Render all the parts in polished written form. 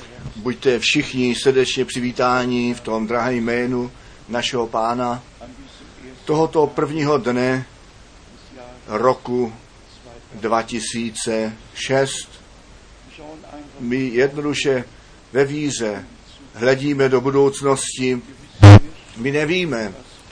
Buďte všichni srdečně přivítáni v tom drahém jménu našeho Pána. Tohoto prvního dne roku 2006 my jednoduše ve víře hledíme do budoucnosti. My nevíme,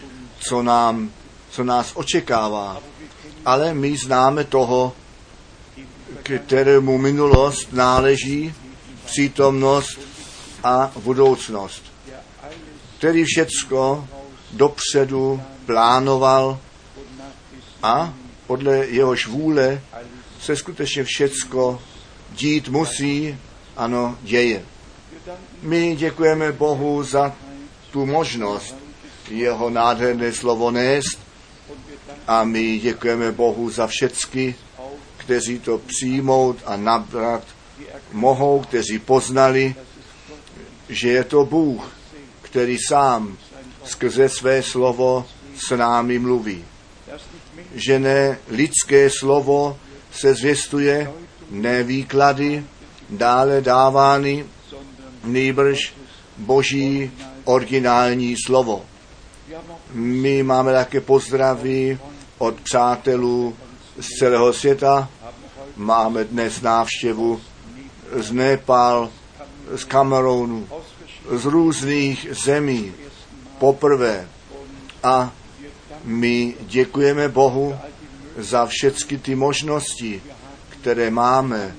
co nás očekává, ale my známe toho, kterému minulost náleží, přítomnost a budoucnost, který všecko dopředu plánoval a podle jehož vůle se skutečně všecko dít musí, ano, děje. My děkujeme Bohu za tu možnost jeho nádherné slovo nést a my děkujeme Bohu za všecky, kteří to přijmout a nabrat mohou, kteří poznali, že je to Bůh, který sám skrze své slovo s námi mluví. Že ne lidské slovo se zvěstuje, ne výklady dále dávány, nýbrž Boží originální slovo. My máme také pozdravy od přátelů z celého světa. Máme dnes návštěvu z Nepal, z Kamerunu, z různých zemí poprvé. A my děkujeme Bohu za všechny ty možnosti, které máme,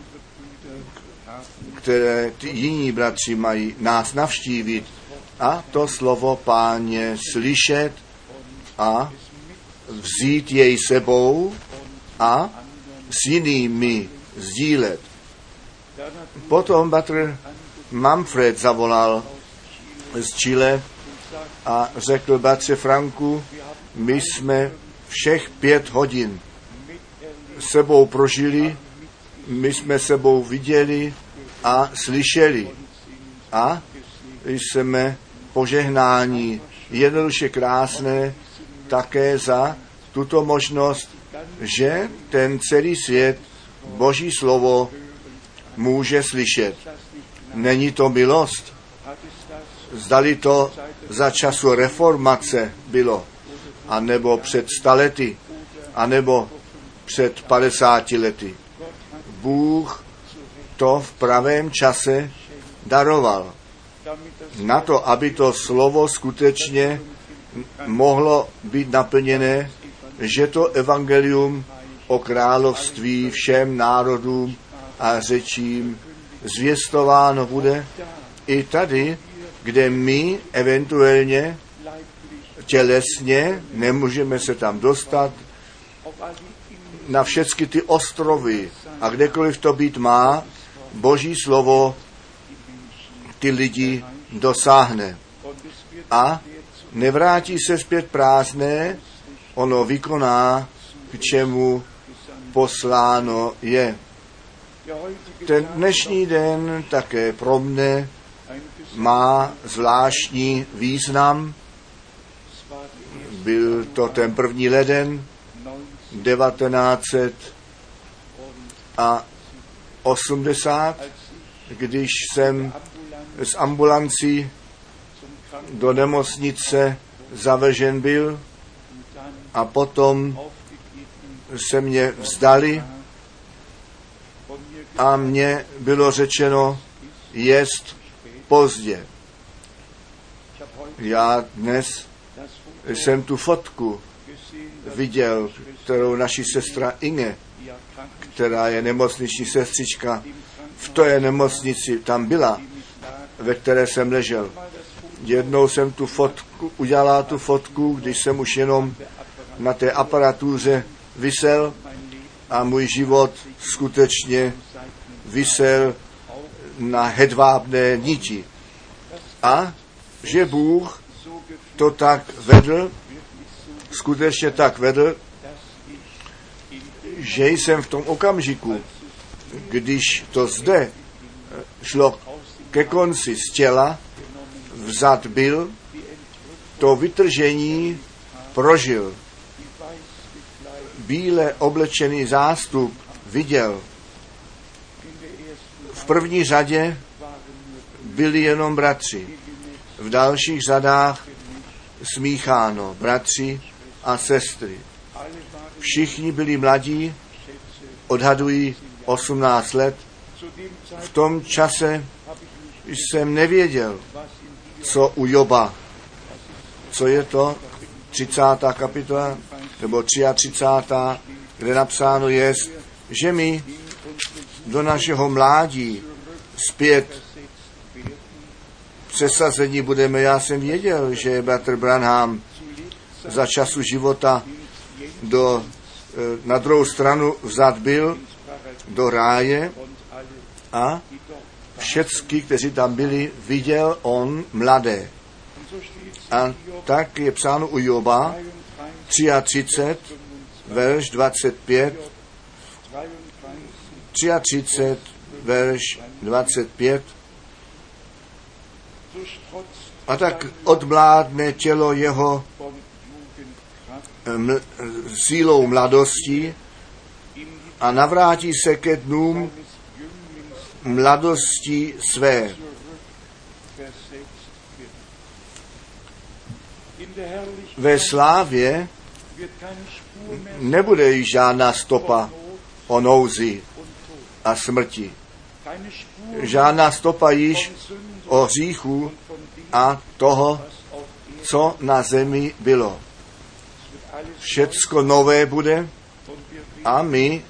které ty jiní bratři mají nás navštívit a to slovo Páně slyšet a vzít jej sebou a s jinými sdílet. Potom bratr Manfred zavolal z Chile a řekl: bratře Franku, my jsme všech 5 hodin sebou prožili, my jsme sebou viděli a slyšeli a jsme požehnání jednoduše krásné také za tuto možnost, že ten celý svět Boží slovo může slyšet. Není to milost? Zdali to za času reformace bylo, anebo před 100 lety, anebo před 50 lety. Bůh to v pravém čase daroval. Na to, aby to slovo skutečně mohlo být naplněné, že to evangelium o království všem národům a řečím zvěstováno bude i tady, kde my eventuálně tělesně nemůžeme se tam dostat, na všechny ty ostrovy a kdekoliv to být má, Boží slovo ty lidi dosáhne. A nevrátí se zpět prázdné, ono vykoná, k čemu posláno je. Ten dnešní den také pro mne má zvláštní význam. Byl to ten 1. leden 1980, když jsem z ambulancí do nemocnice zavržen byl a potom se mě vzdali a mně bylo řečeno, jest pozdě. Já dnes jsem tu fotku viděl, kterou naši sestra Inge, která je nemocniční sestřička, v té nemocnici tam byla, ve které jsem ležel. Jednou jsem udělala tu fotku, když jsem už jenom na té aparatuře visel a můj život skutečně visel na hedvábné niti. A že Bůh to tak vedl, skutečně tak vedl, že jsem v tom okamžiku, když to zde šlo ke konci z těla, vzat byl, to vytržení prožil. Bíle oblečený zástup viděl. V první řadě byli jenom bratři. V dalších řadách smícháno bratři a sestry. Všichni byli mladí, odhadují 18 let. V tom čase jsem nevěděl, co u Joba, co je to 30. kapitola, nebo 33. kde napsáno je, že my do našeho mládí zpět přesazení budeme. Já jsem věděl, že bratr Branham za času života na druhou stranu vzat byl do ráje a všecky, kteří tam byli, viděl on mladé. A tak je psáno u Joba 33, verš 25, 33, verš 25. A tak odmládne tělo jeho sílou mladosti a navrátí se ke dnům mladosti své. Ve slávě nebude již žádná stopa o nouzi a smrti. Žádná stopa již o hříchu a toho, co na zemi bylo. Všecko nové bude a my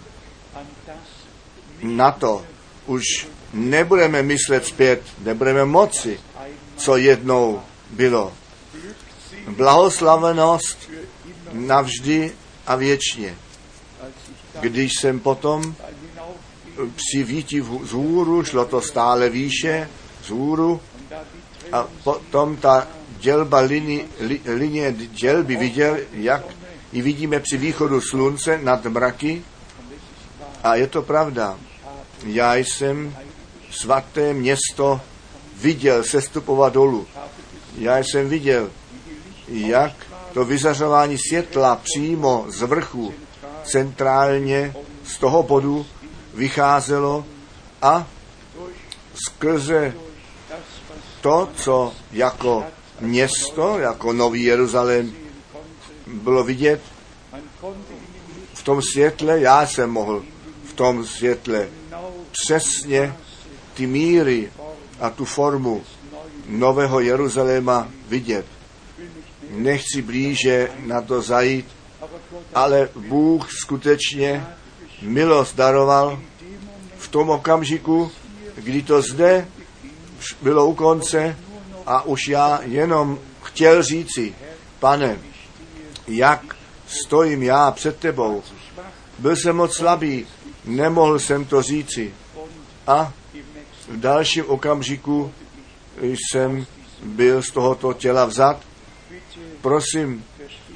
na to už nebudeme myslet zpět, nebudeme moci, co jednou bylo. Blahoslavenost navždy a věčně. Když jsem potom při výti vzhůru, šlo to stále výše, vzhůru, a potom ta dělba linie dělby viděl, jak ji vidíme při východu slunce nad mraky. A je to pravda. Já jsem svaté město viděl sestupovat dolů. Já jsem viděl, jak to vyzařování světla přímo z vrchu centrálně z toho bodu vycházelo a skrze to, co jako město, jako Nový Jeruzalém bylo vidět, v tom světle, já jsem mohl v tom světle přesně ty míry a tu formu Nového Jeruzaléma vidět. Nechci blíže na to zajít, ale Bůh skutečně milost daroval v tom okamžiku, kdy to zde bylo u konce a už já jenom chtěl říci, Pane, jak stojím já před tebou. Byl jsem moc slabý, nemohl jsem to říci. A v dalším okamžiku jsem byl z tohoto těla vzat. Prosím,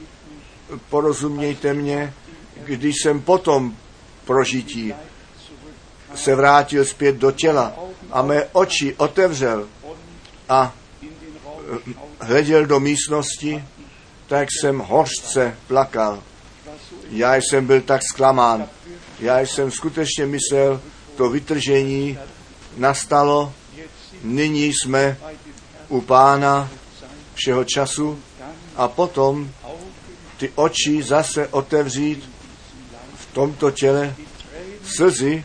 porozumějte mě, když jsem potom prožití se vrátil zpět do těla a mé oči otevřel a hleděl do místnosti, tak jsem hořce plakal. Já jsem byl tak zklamán. Já jsem skutečně myslel, to vytržení nastalo, nyní jsme u Pána všeho času a potom ty oči zase otevřít v tomto těle. Slzy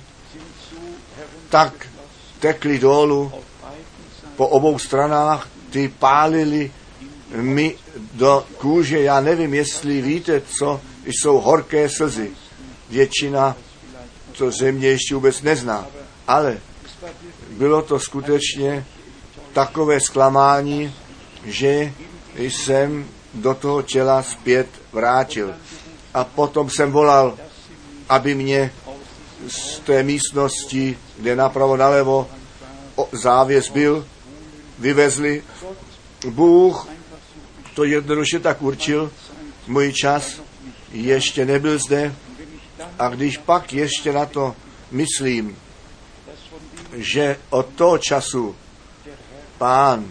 tak tekly dolů po obou stranách, ty pálily mi do kůže. Já nevím, jestli víte, co jsou horké slzy. Většina to země ještě vůbec nezná, ale bylo to skutečně takové zklamání, že jsem do toho těla zpět vrátil. A potom jsem volal, aby mě z té místnosti, kde napravo nalevo závěs byl, vyvezli. Bůh to jednoduše tak určil, můj čas ještě nebyl zde a když pak ještě na to myslím, že od toho času Pán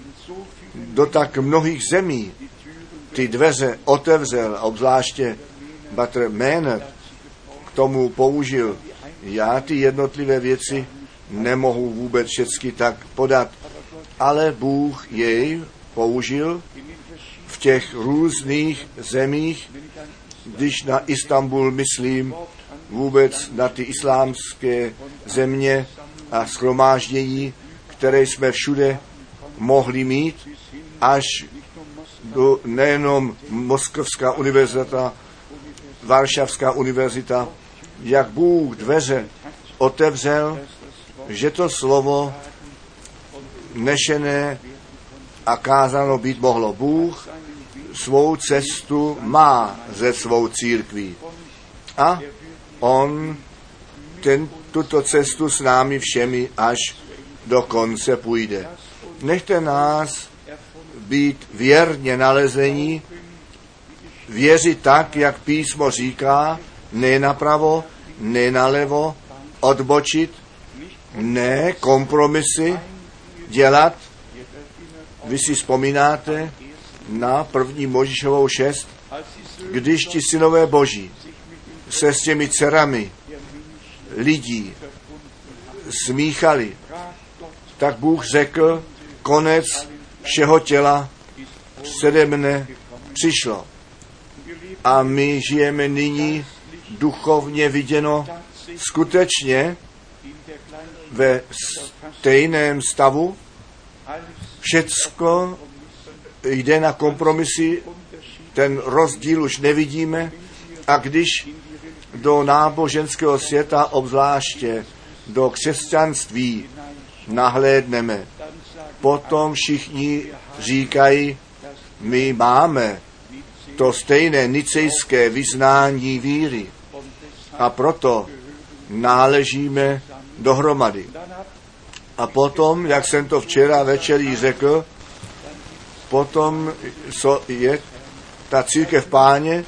do tak mnohých zemí ty dveře otevřel, obzvláště bratr Méner k tomu použil. Já ty jednotlivé věci nemohu vůbec všechny tak podat, ale Bůh jej použil v těch různých zemích, když na Istanbul myslím, vůbec na ty islámské země a shromáždění, které jsme všude mohli mít, až do nejenom Moskovská univerzita, Varšavská univerzita, jak Bůh dveře otevřel, že to slovo nešené a kázáno být mohlo. Bůh svou cestu má ze svou církví. A on tuto cestu s námi všemi až do konce půjde. Nechte nás být věrně nalezení, věřit tak, jak písmo říká, ne napravo, ne nalevo, odbočit, ne kompromisy dělat. Vy si vzpomínáte na 1. Mojžíšovou 6, když ti synové Boží se s těmi dcerami lidí smíchali, tak Bůh řekl, konec všeho těla přede mne přišlo. A my žijeme nyní duchovně viděno skutečně ve stejném stavu. Všecko jde na kompromisy, ten rozdíl už nevidíme, a když do náboženského světa, obzvláště do křesťanství nahlédneme, potom všichni říkají, my máme to stejné nicejské vyznání víry a proto náležíme dohromady. A potom, jak jsem to včera večer řekl, potom je ta církev Páně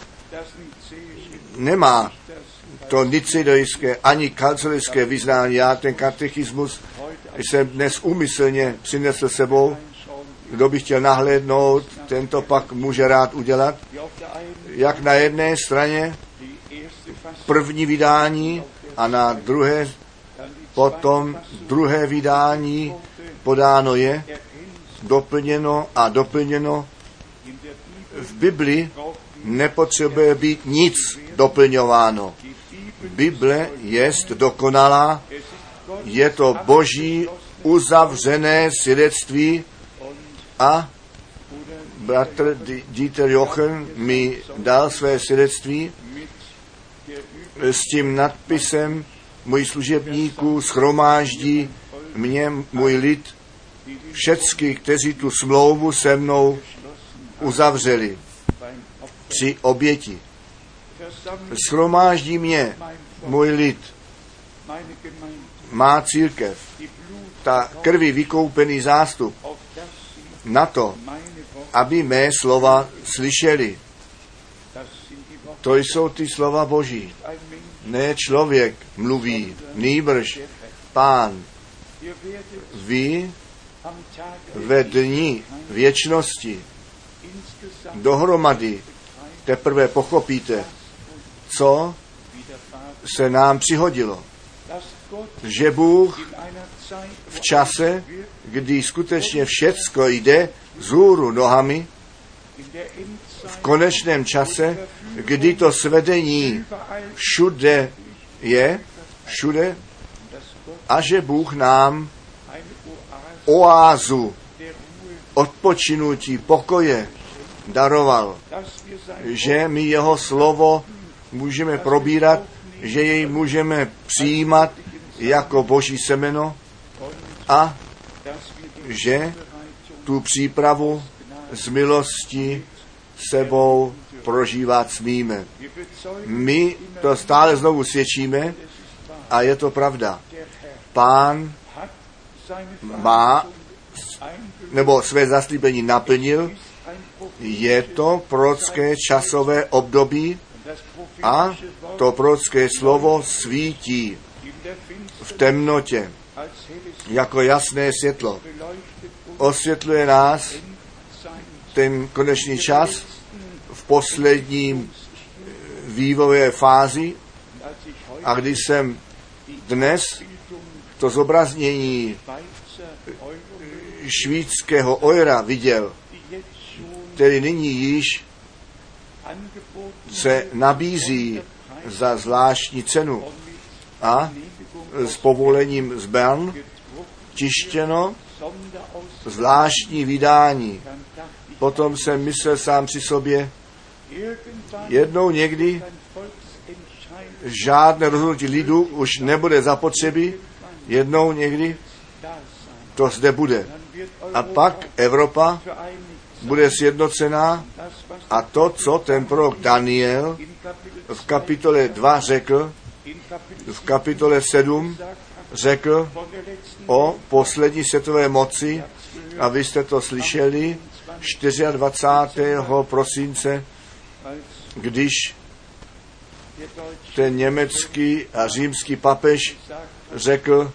nemá to nicejské ani kalcelické vyznání. Já ten katechismus jsem dnes úmyslně přinesl sebou. Kdo by chtěl nahlédnout, ten to pak může rád udělat. Jak na jedné straně první vydání a na druhé potom druhé vydání podáno je, doplněno a doplněno. V Bibli nepotřebuje být nic doplňováno. Bible jest dokonalá, je to Boží uzavřené svědectví a bratr Dieter Jochen mi dal své svědectví s tím nadpisem můj služebníků shromáždí mě můj lid, všecky, kteří tu smlouvu se mnou uzavřeli při oběti. Shromáždí mě můj lid, má církev, ta krví vykoupený zástup na to, aby mé slova slyšeli. To jsou ty slova Boží. Ne člověk mluví, nýbrž Pán. Vy ve dni věčnosti dohromady teprve pochopíte, co se nám přihodilo. Že Bůh v čase, kdy skutečně všecko jde vzhůru nohami, v konečném čase, kdy to svedení všude je, všude, a že Bůh nám oázu odpočinutí, pokoje daroval, že my jeho slovo můžeme probírat, že jej můžeme přijímat jako Boží semeno a že tu přípravu z milosti sebou prožívat smíme. My to stále znovu svědčíme a je to pravda. Pán má, nebo své zaslíbení naplnil, je to prorocké časové období a to prorocké slovo svítí v temnotě jako jasné světlo. Osvětluje nás ten konečný čas v posledním vývojové fázi, a když jsem dnes to zobraznění švýdského eura viděl, který nyní již se nabízí za zvláštní cenu a s povolením z Bern tištěno zvláštní vydání. Potom jsem myslel sám při sobě, jednou někdy žádné rozhodnutí lidu už nebude zapotřebí, jednou někdy to zde bude. A pak Evropa bude sjednocená a to, co ten prorok Daniel v kapitole 2 řekl, v kapitole 7 řekl o poslední světové moci, a vy jste to slyšeli 24. prosince, když ten německý a římský papež řekl,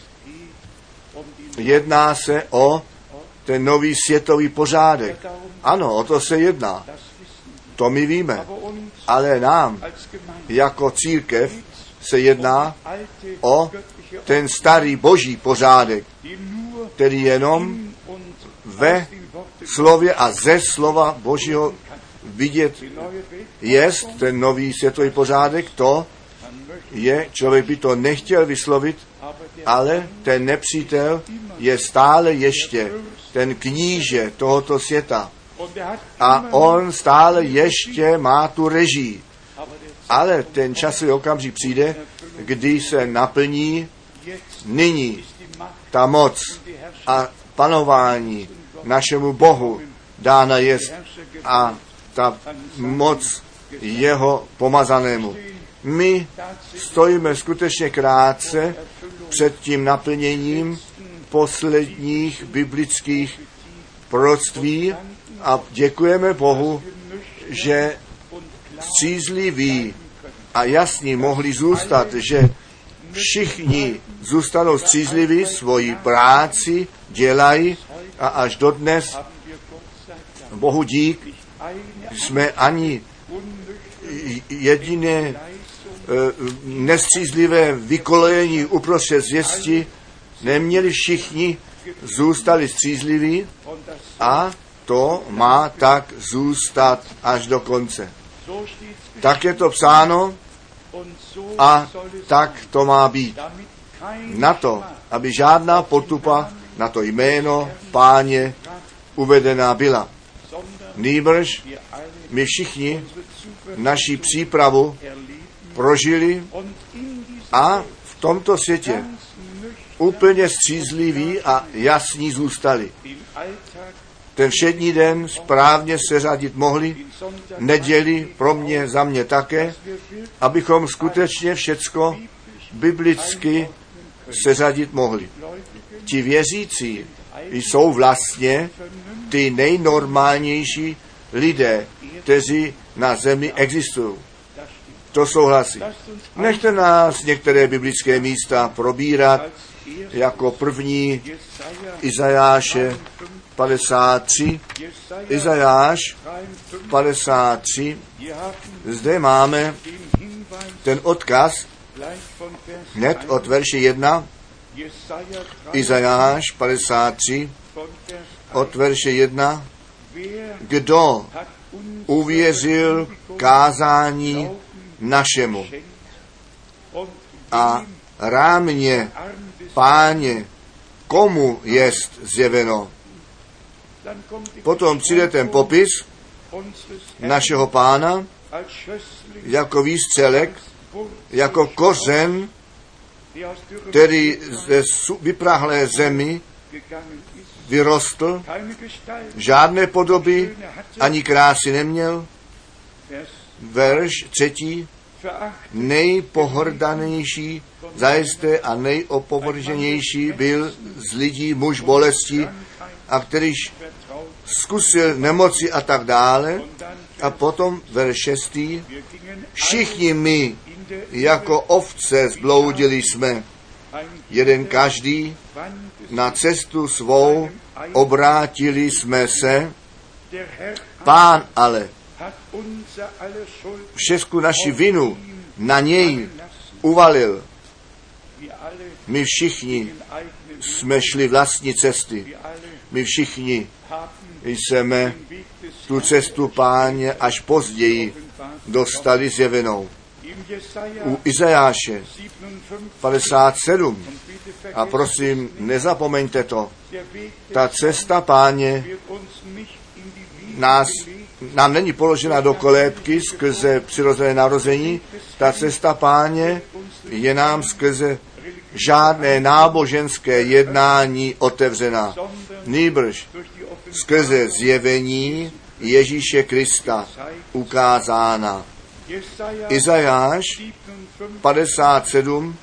jedná se o ten nový světový pořádek. Ano, o to se jedná. To my víme. Ale nám, jako církev, se jedná o ten starý boží pořádek, který jenom ve slově a ze slova božího vidět jest ten nový světový pořádek, to je, člověk by to nechtěl vyslovit, ale ten nepřítel je stále ještě ten kníže tohoto světa. A on stále ještě má tu režii. Ale ten časový okamžik přijde, kdy se naplní nyní ta moc a panování našemu Bohu dána jest a ta moc jeho pomazanému. My stojíme skutečně krátce před tím naplněním posledních biblických proroctví a děkujeme Bohu, že střízliví a jasní mohli zůstat, že všichni zůstanou střízliví, svoji práci dělají a až dodnes, Bohu dík, jsme ani jediné nestřízlivé vykolejení uprostřed zvěsti neměli, všichni zůstali střízliví a to má tak zůstat až do konce. Tak je to psáno a tak to má být. Na to, aby žádná potupa na to jméno Páně uvedená byla. Nýbrž my všichni naši přípravu prožili a v tomto světě úplně střízliví a jasní zůstali. Ten všední den správně seřadit mohli, neděli pro mě, za mě také, abychom skutečně všecko biblicky seřadit mohli. Ti věřící jsou vlastně ty nejnormálnější lidé, kteří na zemi existují. To souhlasí. Nechte nás některé biblické místa probírat, jako první Izajáše 53. Izajáš 53. Zde máme ten odkaz hned od verše 1. Izajáš 53 od verše 1. Kdo uvěřil kázání našemu a rámě Páně, komu jest zjeveno. Potom přijde ten popis našeho Pána jako výstřelek, jako kořen, který ze vyprahlé zemi vyrostl, žádné podoby ani krásy neměl. Verš 3. Nejpohrdanější, zajisté a nejopovrženější byl z lidí muž bolesti, a kterýž zkusil nemoci a tak dále. A potom verš 6. Všichni my jako ovce zbloudili jsme, jeden každý na cestu svou obrátili jsme se, Pán ale všechnu naši vinu na něj uvalil. My všichni jsme šli vlastní cesty. My všichni jsme tu cestu Páně až později dostali zjevenou. U Izajáše 57, a prosím, nezapomeňte to, ta cesta Páně nám není položena do kolébky skrze přirozené narození, ta cesta Páně je nám skrze žádné náboženské jednání otevřena, nýbrž skrze zjevení Ježíše Krista ukázána. Izajáš 57,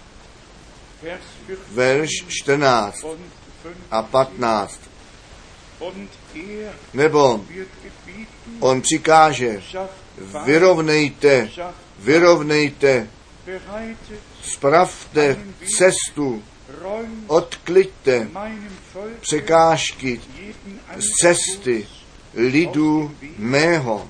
verš 14 a 15. Nebo on přikáže, vyrovnejte, spravte cestu, odkliďte překážky z cesty lidu mého.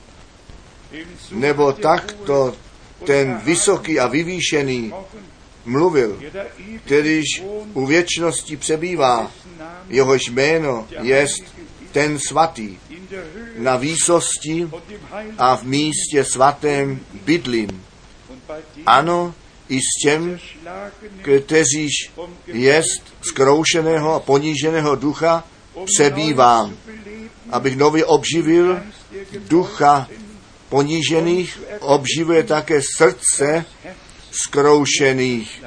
Nebo takto ten vysoký a vyvýšený mluvil, kterýž u věčnosti přebývá, jehož jméno jest ten svatý. Na výsosti a v místě svatém bydlím. Ano, i s těm, kteříž jest zkroušeného a poníženého ducha, přebývám, abych nově obživil ducha ponížených, obživuje také srdce zkroušených.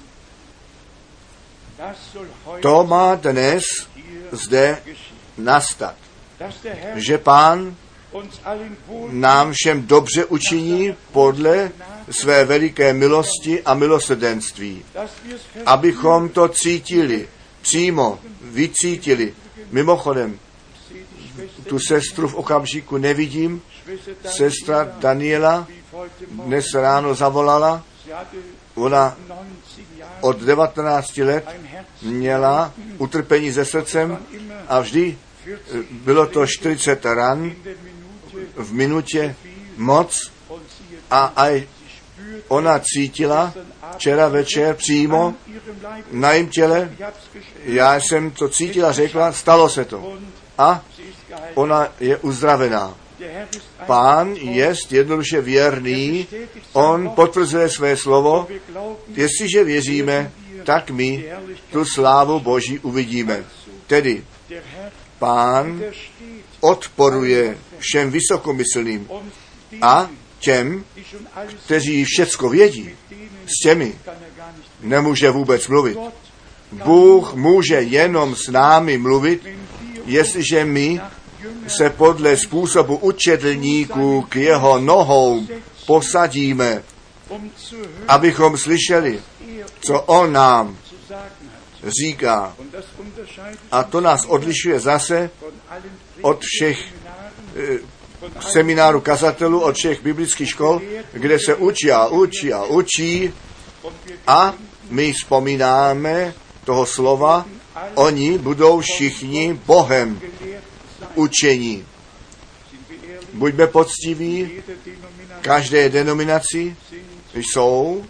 To má dnes zde nastat, že Pán nám všem dobře učiní podle své veliké milosti a milosrdenství, abychom to cítili, přímo vycítili. Mimochodem, tu sestru v okamžiku nevidím, sestra Daniela dnes ráno zavolala, ona od 19 let měla utrpení se srdcem a vždy bylo to 40 ran v minutě moc a ona cítila včera večer přímo na jím těle, já jsem to cítila, řekla, stalo se to a ona je uzdravená. Pán jest jednoduše věrný, on potvrzuje své slovo, jestliže věříme, tak my tu slávu Boží uvidíme. Tedy Pán odporuje všem vysokomyslným a těm, kteří všecko vědí, s těmi nemůže vůbec mluvit. Bůh může jenom s námi mluvit, jestliže my se podle způsobu učedlníků k jeho nohou posadíme, abychom slyšeli, co on nám říká. A to nás odlišuje zase od všech seminářů kazatelů, od všech biblických škol, kde se učí a my vzpomínáme toho slova, oni budou všichni Bohem učení. Buďme poctiví, každé denominaci jsou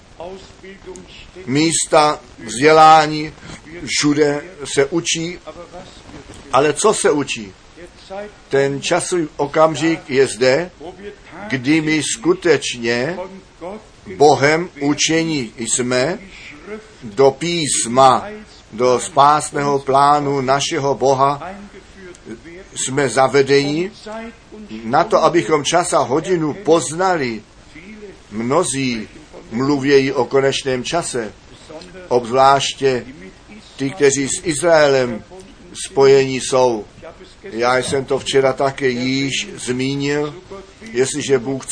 místa vzdělání, všude se učí, ale co se učí? Ten časový okamžik je zde, kdy my skutečně Bohem učení jsme do písma, do spásného plánu našeho Boha jsme zavedeni na to, abychom čas a hodinu poznali. Mnozí mluvějí o konečném čase, obzvláště ty, kteří s Izraelem spojení jsou. Já jsem to včera také již zmínil, jestliže Bůh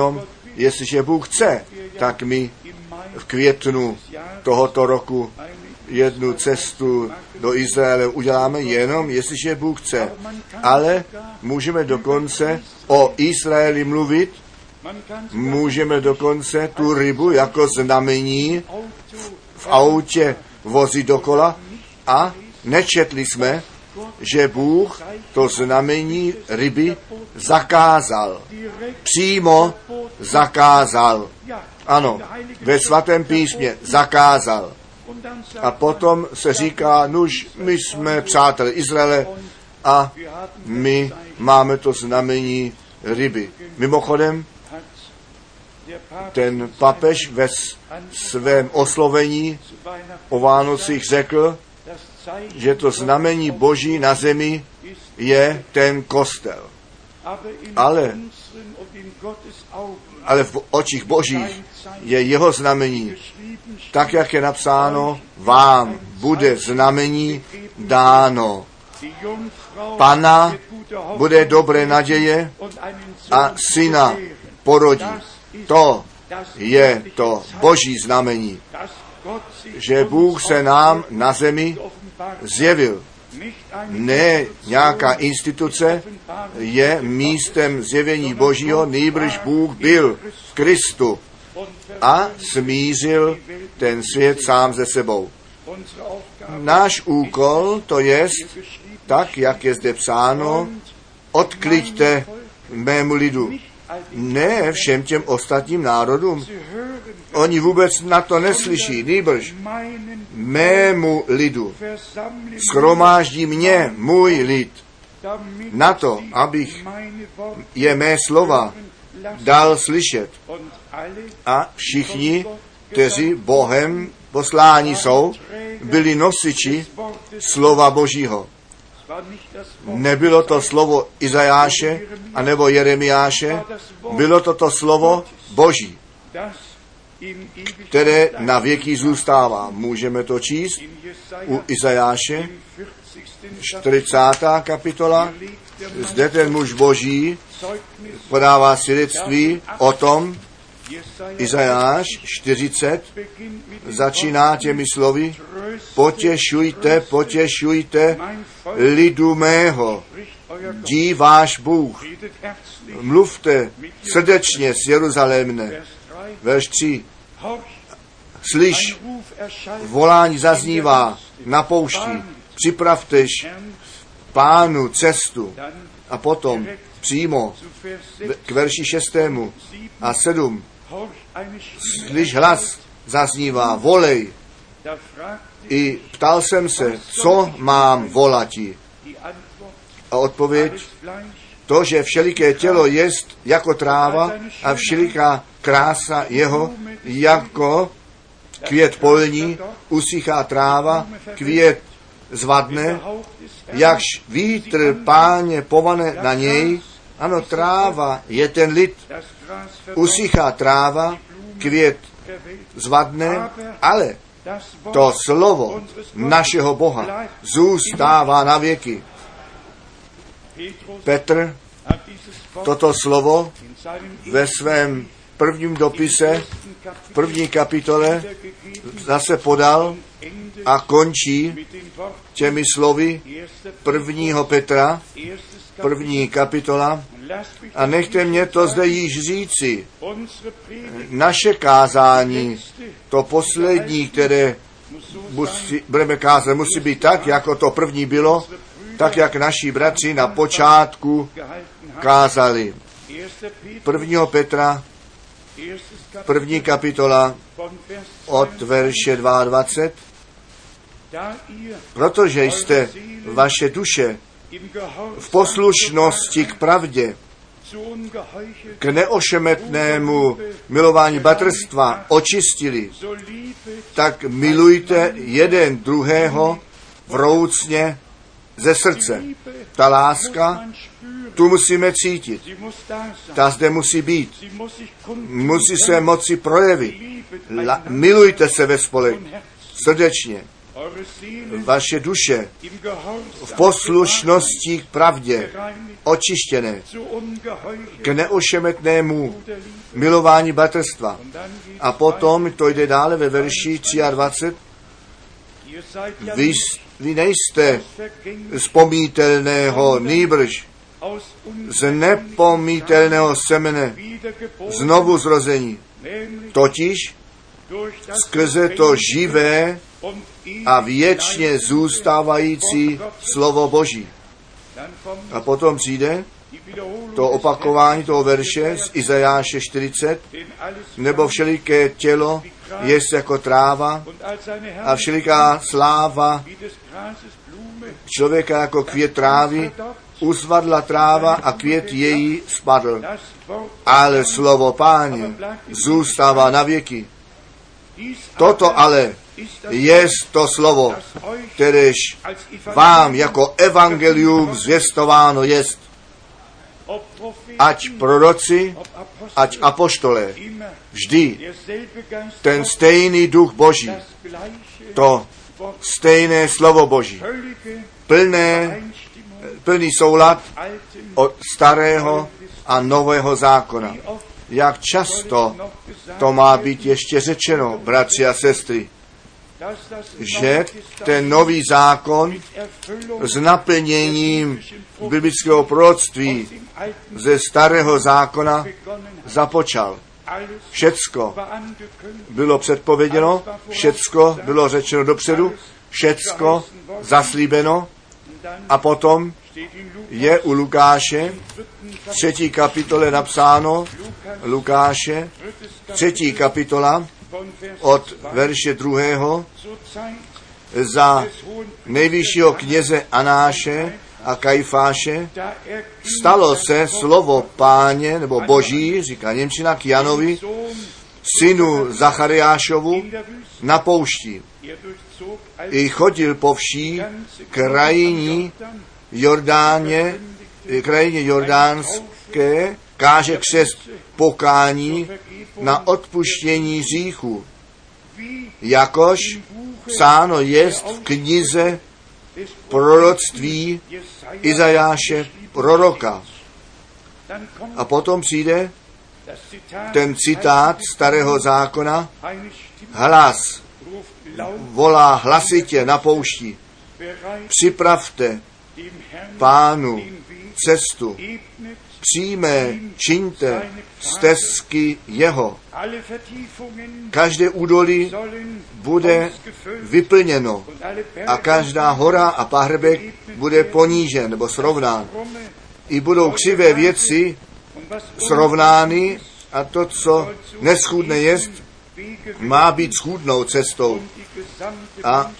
chce, tak my v květnu tohoto roku jednu cestu do Izraele uděláme jenom, jestliže Bůh chce. Ale můžeme dokonce o Izraeli mluvit, můžeme dokonce tu rybu jako znamení v autě vozit dokola a nečetli jsme, že Bůh to znamení ryby zakázal. Přímo zakázal. Ano, ve svatém písmě zakázal. A potom se říká, nuž, my jsme přátelé Izraele a my máme to znamení ryby. Mimochodem, ten papež ve svém oslovení o Vánocích řekl, že to znamení Boží na zemi je ten kostel. Ale v očích Božích je jeho znamení. Tak, jak je napsáno, vám bude znamení dáno. Panna bude dobré naděje a syna porodí. To je to Boží znamení, že Bůh se nám na zemi zjevil. Ne nějaká instituce je místem zjevení Božího, nýbrž Bůh byl v Kristu a smířil ten svět sám ze sebou. Náš úkol to jest, tak, jak je zde psáno, odkliďte mému lidu. Ne všem těm ostatním národům. Oni vůbec na to neslyší, nýbrž mému lidu. Shromáždí mě, můj lid, na to, abych je mé slova dal slyšet. A všichni, kteří Bohem posláni jsou, byli nosiči slova Božího. Nebylo to slovo Izajáše anebo Jeremiáše, bylo to slovo Boží, které na věky zůstává. Můžeme to číst u Izajáše, 40. kapitola. Zde ten muž Boží podává svědectví o tom, Izajáš 40 začíná těmi slovy: potěšujte, potěšujte lidu mého, dí váš Bůh. Mluvte srdečně z Jeruzalémne. Verš 3. Slyš, volání zaznívá na poušti, připravtež Pánu cestu. A potom přímo k verši 6. a 7. Slyš, hlas zaznívá, volej. I ptal jsem se, co mám volati. A odpověď, to, že všeliké tělo jest jako tráva a všeliká krása jeho jako květ polní, usychá tráva, květ zvadne, jakž vítr Páně povane na něj. Ano, tráva je ten lid, usychá tráva, květ zvadne, ale to slovo našeho Boha zůstává na věky. Petr toto slovo ve svém prvním dopise, v první kapitole zase podal a končí těmi slovy 1. Petra, první kapitola. A nechte mě to zde již říci. Naše kázání, to poslední, které budeme kázat, musí být tak, jako to první bylo, tak, jak naši bratři na počátku kázali. 1. Petra, první kapitola od verše 22. Protože jste vaše duše v poslušnosti k pravdě, k neošemetnému milování bratrstva očistili, tak milujte jeden druhého vroucně ze srdce. Ta láska, tu musíme cítit. Ta zde musí být. Musí se moci projevit. Milujte se ve spolek. Srdečně. Vaše duše v poslušnosti k pravdě očištěné, k neošemetnému milování bratrstva. A potom to jde dále ve verši 23. Vy nejste z pomítelného, nýbrž z nepomítelného semene znovu zrození. Totiž skrze to živé a věčně zůstávající slovo Boží. A potom přijde to opakování toho verše z Izajáše 40, nebo všeliké tělo jest jako tráva a všeliká sláva člověka jako květ trávy, uzvadla tráva a květ její spadl. Ale slovo Páně zůstává na věky. Toto ale je to slovo, kteréž vám jako evangelium zvěstováno jest. Ať proroci, ať apoštolé, vždy ten stejný duch Boží, to stejné slovo Boží, plný soulad od starého a nového zákona. Jak často to má být ještě řečeno, bratři a sestry, že ten nový zákon s naplněním biblického proroctví ze starého zákona započal. Všecko bylo předpověděno, všecko bylo řečeno dopředu, všecko zaslíbeno a potom je u Lukáše v 3. kapitole napsáno, Lukáše 3. kapitola od verše 2. za nejvyššího kněze Anáše a Kajfáše stalo se slovo Páně, nebo Boží, říká němčina, k Janovi, synu Zachariášovu, na poušti. I chodil po vší krajině jordánské, káže křest pokání na odpuštění hříchů, jakož psáno jest v knize proroctví Izajáše proroka. A potom přijde ten citát starého zákona, hlas volá hlasitě na poušti, připravte Pánu cestu, přímé čiňte stezky jeho. Každé údolí bude vyplněno a každá hora a pahrbek bude ponížen nebo srovnán. I budou křivé věci srovnány a to, co neschůdné jest, má být schůdnou cestou a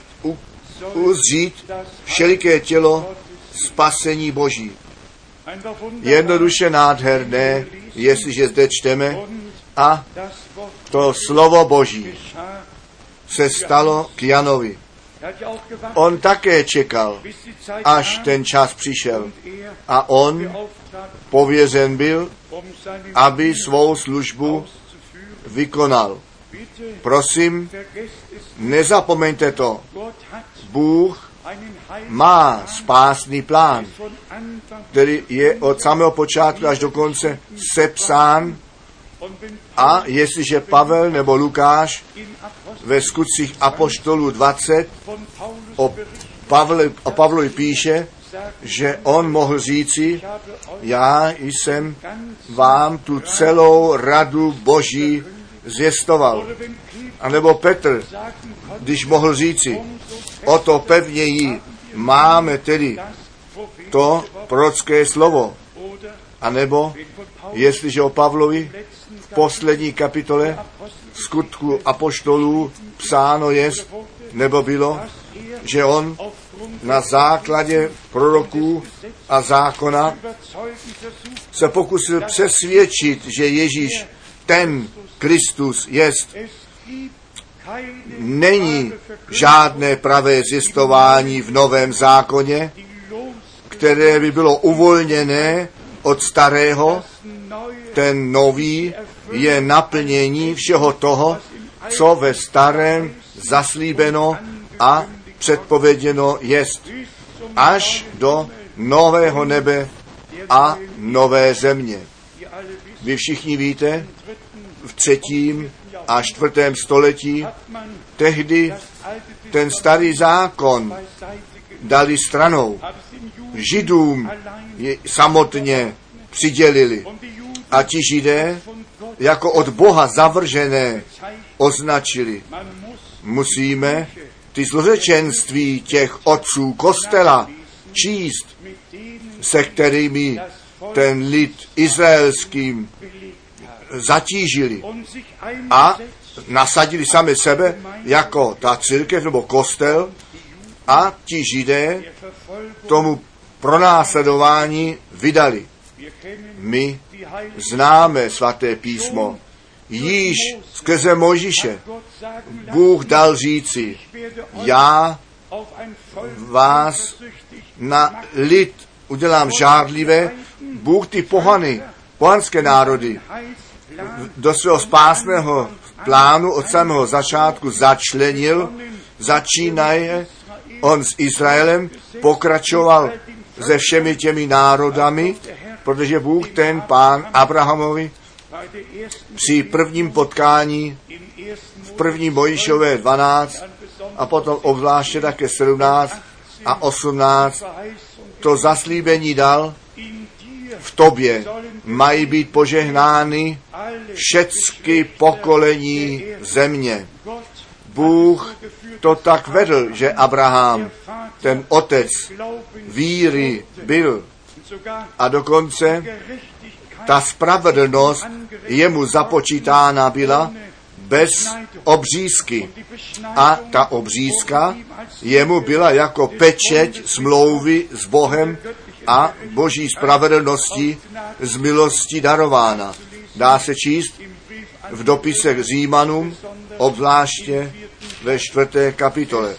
uzřít všeliké tělo spasení Boží. Jednoduše nádherné, jestliže zde čteme, a to slovo Boží se stalo k Janovi. On také čekal, až ten čas přišel. A on pověřen byl, aby svou službu vykonal. Prosím, nezapomeňte to. Bůh má spásný plán, který je od samého počátku až do konce sepsán. A jestliže Pavel nebo Lukáš ve skutcích apoštolů 20 o Pavlovi píše, že on mohl říci, já jsem vám tu celou radu Boží zvěstoval. A nebo Petr, když mohl říci, o to pevněji máme tedy to prorocké slovo. A nebo, jestliže o Pavlovi v poslední kapitole skutku apoštolů psáno jest, nebo bylo, že on na základě proroků a zákona se pokusil přesvědčit, že Ježíš, ten Kristus jest. Není žádné pravé zjistování v Novém zákoně, které by bylo uvolněné od starého. Ten nový je naplnění všeho toho, co ve starém zaslíbeno a předpověděno jest, až do nového nebe a nové země. Vy všichni víte, v 3. a 4. století tehdy ten starý zákon dali stranou. Židům je samotně přidělili. A ti Židé jako od Boha zavržené označili. Musíme ty zlořečenství těch otců kostela číst, se kterými ten lid izraelským zatížili. A nasadili sami sebe jako ta církev nebo kostel a ti Židé tomu pronásledování vydali. My známe svaté písmo. Již skrze Mojžíše Bůh dal říci, já vás na lid udělám žárlivé, Bůh ty pohanské národy do svého spásného plánu od samého začátku začlenil, začínaje on s Izraelem, pokračoval se všemi těmi národami, protože Bůh ten Pán Abrahamovi při prvním potkání v první Mojžíšové 12 a potom obzvláště také 17 a 18 to zaslíbení dal, v tobě mají být požehnány všechny pokolení země. Bůh to tak vedl, že Abraham, ten otec víry byl a dokonce ta spravedlnost jemu započítána byla bez obřízky. A ta obřízka jemu byla jako pečeť smlouvy s Bohem a boží spravedlnosti z milosti darována. Dá se číst v dopisech Římanům, obzvláště ve 4. kapitole.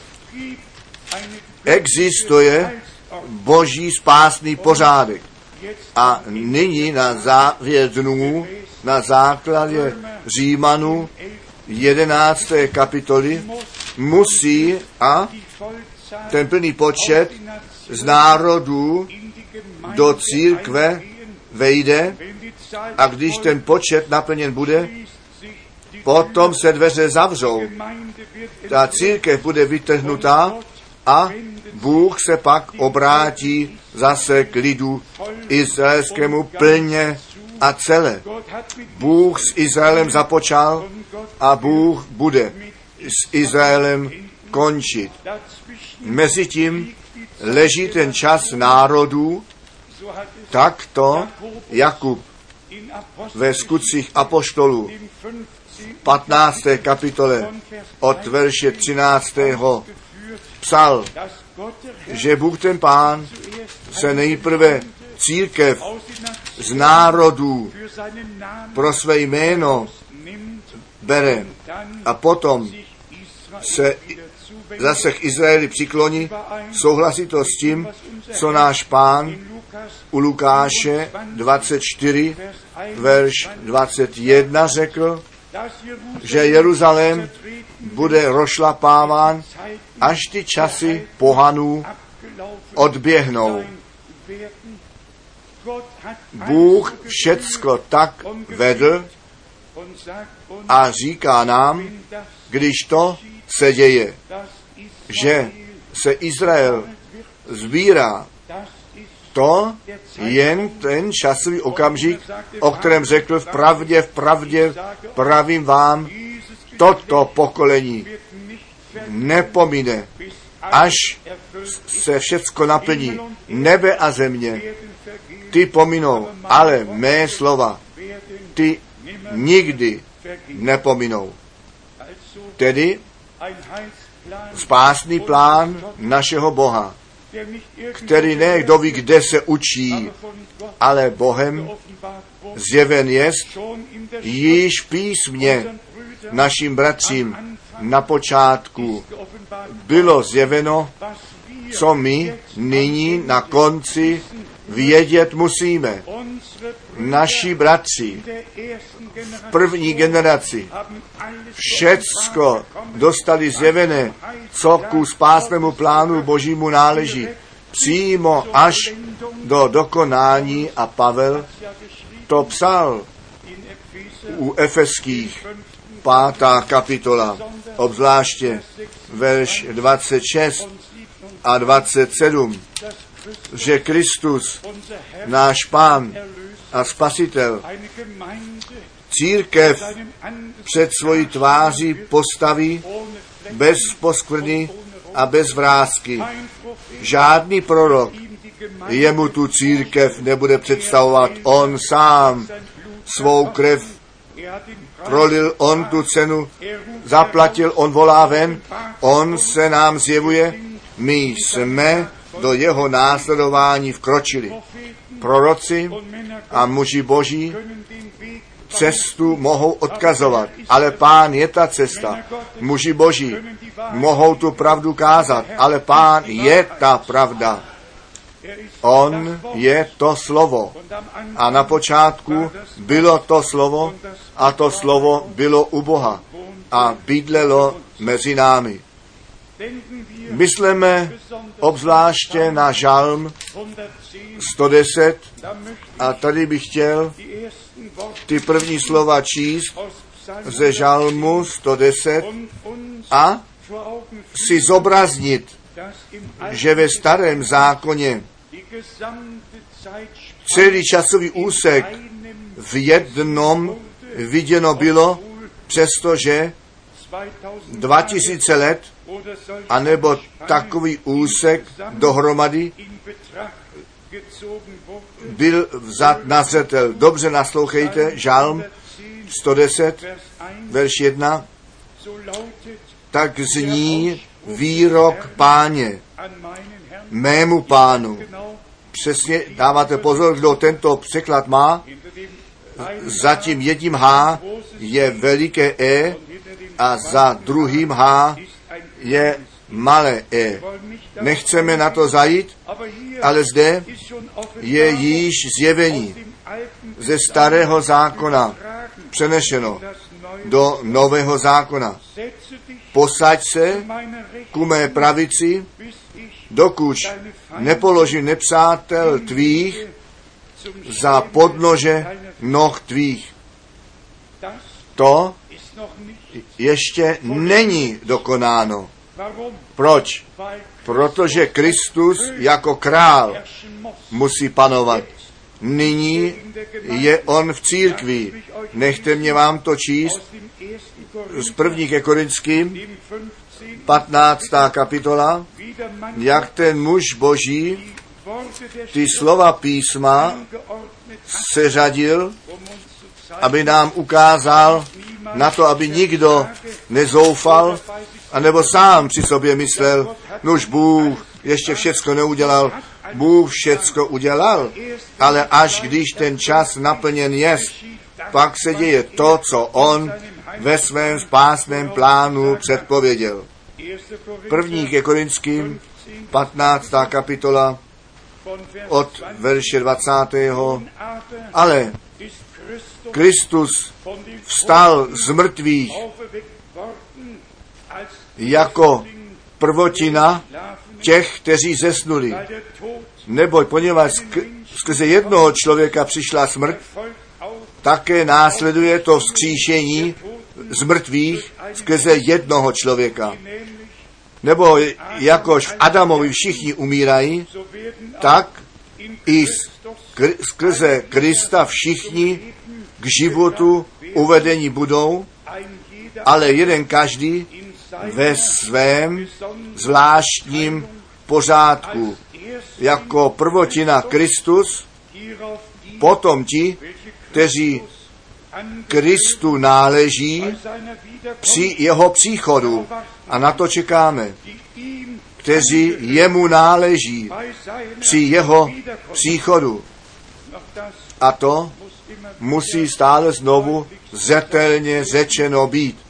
Existuje boží spásný pořádek. A nyní na závěr dnů, na základě Římanů 11. kapitoly, musí a ten plný počet z národů do církve vejde a když ten počet naplněn bude, potom se dveře zavřou. Ta církev bude vytrhnutá a Bůh se pak obrátí zase k lidu izraelskému plně a celé. Bůh s Izraelem započal a Bůh bude s Izraelem končit. Mezitím leží ten čas národů, takto Jakub ve skutcích apoštolů 15. kapitole od verše 13. psal, že Bůh ten Pán se nejprve církev z národů pro své jméno bere a potom se zase k Izraeli přikloní. Souhlasí to s tím, co náš Pán u Lukáše 24, verš 21 řekl, že Jeruzalém bude rozšlapáván, až ty časy pohanů odběhnou. Bůh všecko tak vedl a říká nám, když to se děje, že se Izrael sbírá, to jen ten časový okamžik, o kterém řekl v pravdě, pravím vám, toto pokolení nepomine, až se všecko naplní. Nebe a země, ty pominou, ale mé slova, ty nikdy nepominou. Tedy spásný plán našeho Boha, který ne kdo ví, kde se učí, ale Bohem zjeven jest, již písmě našim bratřím na počátku bylo zjeveno, co my nyní na konci vědět musíme. Naši bratři v první generaci všecko dostali zjevené, co ku spásnému plánu Božímu náleží, přímo až do dokonání a Pavel to psal u Efeských 5. kapitola, obzvláště verš 26 a 27, že Kristus, náš Pán a Spasitel, církev před svojí tváří postaví bez poskvrny a bez vrásky. Žádný prorok jemu tu církev nebude představovat. On sám svou krev prolil on tu cenu, zaplatil, on volá ven, on se nám zjevuje, my jsme do jeho následování vkročili. Proroci a muži boží cestu mohou odkazovat, ale Pán je ta cesta. Muži boží mohou tu pravdu kázat, ale Pán je ta pravda. On je to slovo. A na počátku bylo to slovo a to slovo bylo u Boha a bydlelo mezi námi. Myslíme obzvláště na žalm 110 a tady bych chtěl ty první slova číst ze žalmu 110 a si zobraznit, že ve starém zákoně celý časový úsek v jednom viděno bylo, přestože 2000 let, anebo takový úsek dohromady byl vzat na zřetel. Dobře naslouchejte, žalm 110, verš 1, tak zní výrok Páně, mému Pánu. Přesně dáváte pozor, kdo tento překlad má. Za tím jedním H je veliké E a za druhým H je malé E. Nechceme na to zajít, ale zde je již zjevení ze starého zákona přenešeno do nového zákona. Posaď se ku mé pravici, dokud nepoložím nepřátel tvých za podnože noh tvých. To ještě není dokonáno. Proč? Protože Kristus jako král musí panovat. Nyní je on v církvi. Nechte mě vám to číst z 1. Korinským, 15. kapitola, jak ten muž boží ty slova písma seřadil, aby nám ukázal na to, aby nikdo nezoufal, anebo sám při sobě myslel, nož Bůh ještě všecko neudělal. Bůh všecko udělal, ale až když ten čas naplněn je, pak se děje to, co on ve svém spásném plánu předpověděl. 1. Korinským, 15. kapitola, od verše 20. Ale Kristus vstal z mrtvých jako prvotina těch, kteří zesnuli. Neboť poněvadž skrze jednoho člověka přišla smrt, také následuje to vzkříšení z mrtvých skrze jednoho člověka. Nebo jakož v Adamovi všichni umírají, tak i skrze Krista všichni k životu uvedení budou, ale jeden každý ve svém zvláštním pořádku. Jako prvotina Kristus, potom ti, kteří Kristu náleží při jeho příchodu. A na to čekáme. Kteří jemu náleží při jeho příchodu. A to musí stále znovu zřetelně řečeno být.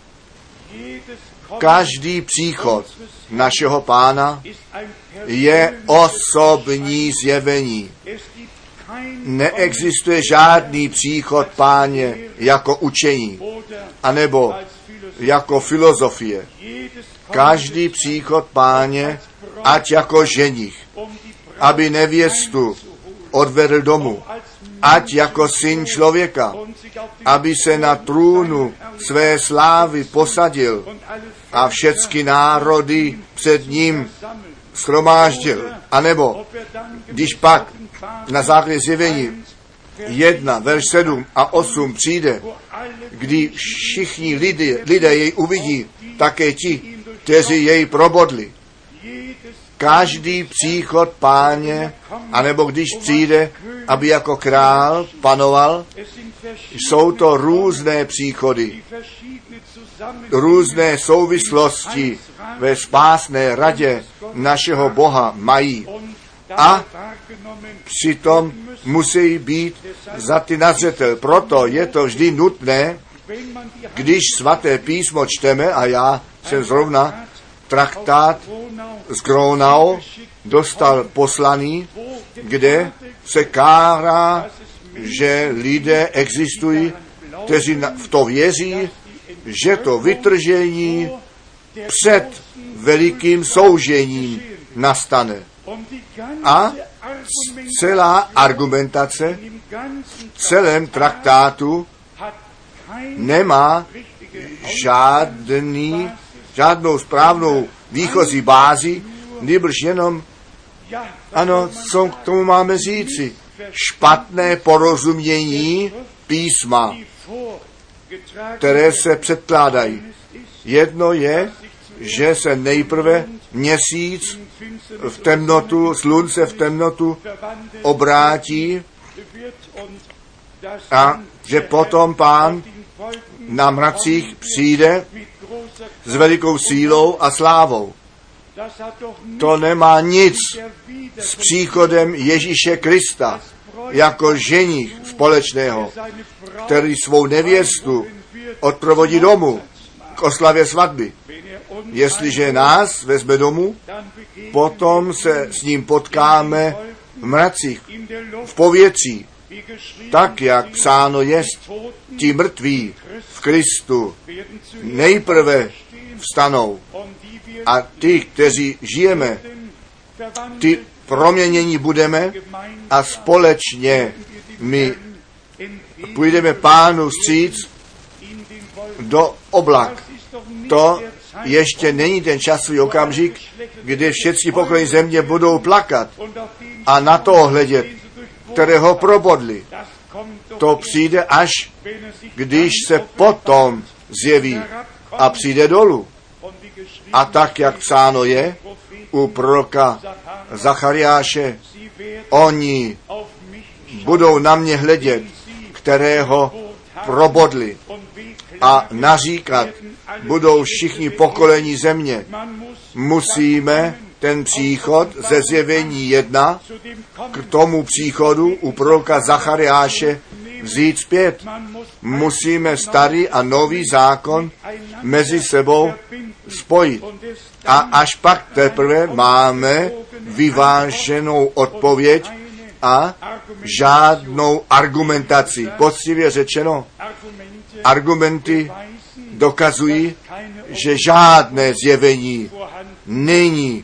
Každý příchod našeho Pána je osobní zjevení. Neexistuje žádný příchod Páně jako učení, anebo jako filozofie. Každý příchod Páně, ať jako ženich, aby nevěstu odvedl domů, ať jako syn člověka, aby se na trůnu své slávy posadil a všechny národy před ním shromáždil. A nebo, když pak na základě zjevení 1, verš 7 a 8 přijde, kdy všichni lidé jej uvidí, také ti, kteří jej probodli. Každý příchod Páně, anebo když přijde, aby jako král panoval, Jsou to různé příchody, různé souvislosti ve spásné radě našeho Boha mají. A přitom musí být vzaty na zřetel. Proto je to vždy nutné, když svaté písmo čteme, a já jsem zrovna traktát z Gronau dostal poslaný, kde se kárá, že lidé existují, kteří v to věří, že to vytržení před velikým soužením nastane. A celá argumentace v celém traktátu nemá žádnou správnou výchozí bázi, nýbrž jenom, ano, co k tomu máme říci, špatné porozumění písma, které se předkládají. Jedno je, že se nejprve měsíc v temnotu, slunce v temnotu obrátí a že potom Pán na mracích přijde s velikou sílou a slávou. To nemá nic s příchodem Ježíše Krista jako ženich společného, který svou nevěstu odprovodí domů k oslavě svatby. Jestliže nás vezme domů, potom se s ním potkáme v mracích, v povětří, tak, jak psáno jest, ti mrtví v Kristu nejprve vstanou a ty, kteří žijeme, ty proměnění budeme a společně my půjdeme Pánu vstříc do oblak. To ještě není ten časový okamžik, kdy všichni pokolení země budou plakat a na to hledět, kterého probodli. To přijde až, když se potom zjeví a přijde dolů. A tak, jak psáno je u proroka Zachariáše, oni budou na mě hledět, kterého probodli a naříkat budou všichni pokolení země. Musíme ten příchod ze Zjevení 1 k tomu příchodu u proroka Zachariáše vzít zpět. Musíme starý a nový zákon mezi sebou spojit. A až pak teprve máme vyváženou odpověď a žádnou argumentaci. Poctivě řečeno, argumenty dokazují, že žádné zjevení není.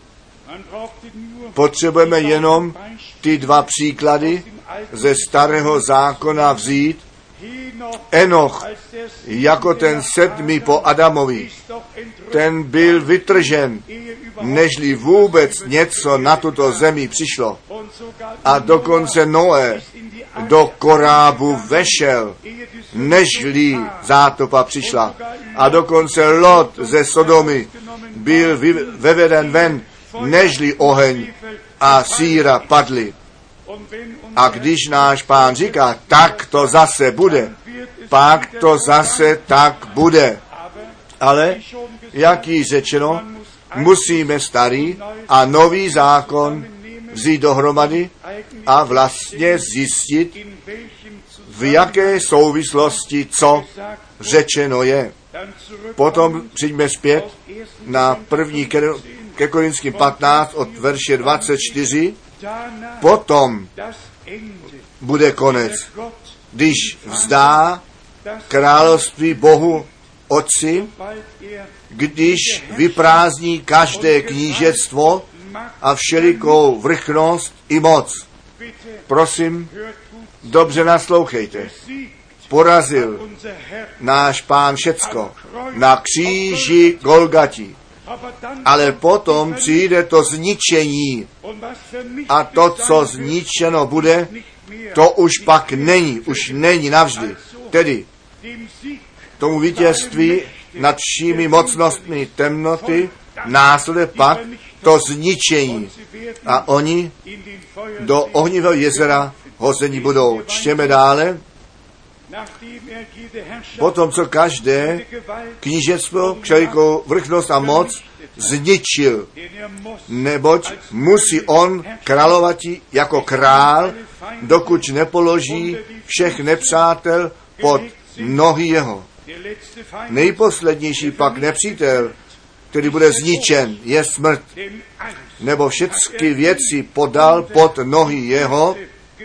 Potřebujeme jenom ty dva příklady ze starého zákona vzít. Enoch, jako ten 7. po Adamovi, ten byl vytržen, nežli vůbec něco na tuto zemi přišlo. A dokonce Noé do korábu vešel, nežli zátopa přišla. A dokonce Lot ze Sodomy byl vyveden ven, nežli oheň a síra padly. A když náš Pán říká, tak to zase bude, pak to zase tak bude. Ale, jak již řečeno, musíme starý a nový zákon vzít dohromady a vlastně zjistit, v jaké souvislosti co řečeno je. Potom přijďme zpět na 1. ke Korinským 15 od verše 24. Potom bude konec, když vzdá království Bohu Otci, když vyprázdní každé knížectvo a všelikou vrchnost i moc. Prosím, dobře naslouchejte. Porazil náš Pán všecko na kříži Golgati. Ale potom přijde to zničení a to, co zničeno bude, to už pak není, už není navždy. Tedy tomu vítězství nad všemi mocnostmi temnoty následuje pak to zničení a oni do ohnivého jezera hození budou. Čtěme dále Potom, co každé knížectvo, všelikou vrchnost a moc zničil, neboť musí on královati jako král, dokud nepoloží všech nepřátel pod nohy jeho. Nejposlednější pak nepřítel, který bude zničen, je smrt, nebo všechny věci podal pod nohy jeho.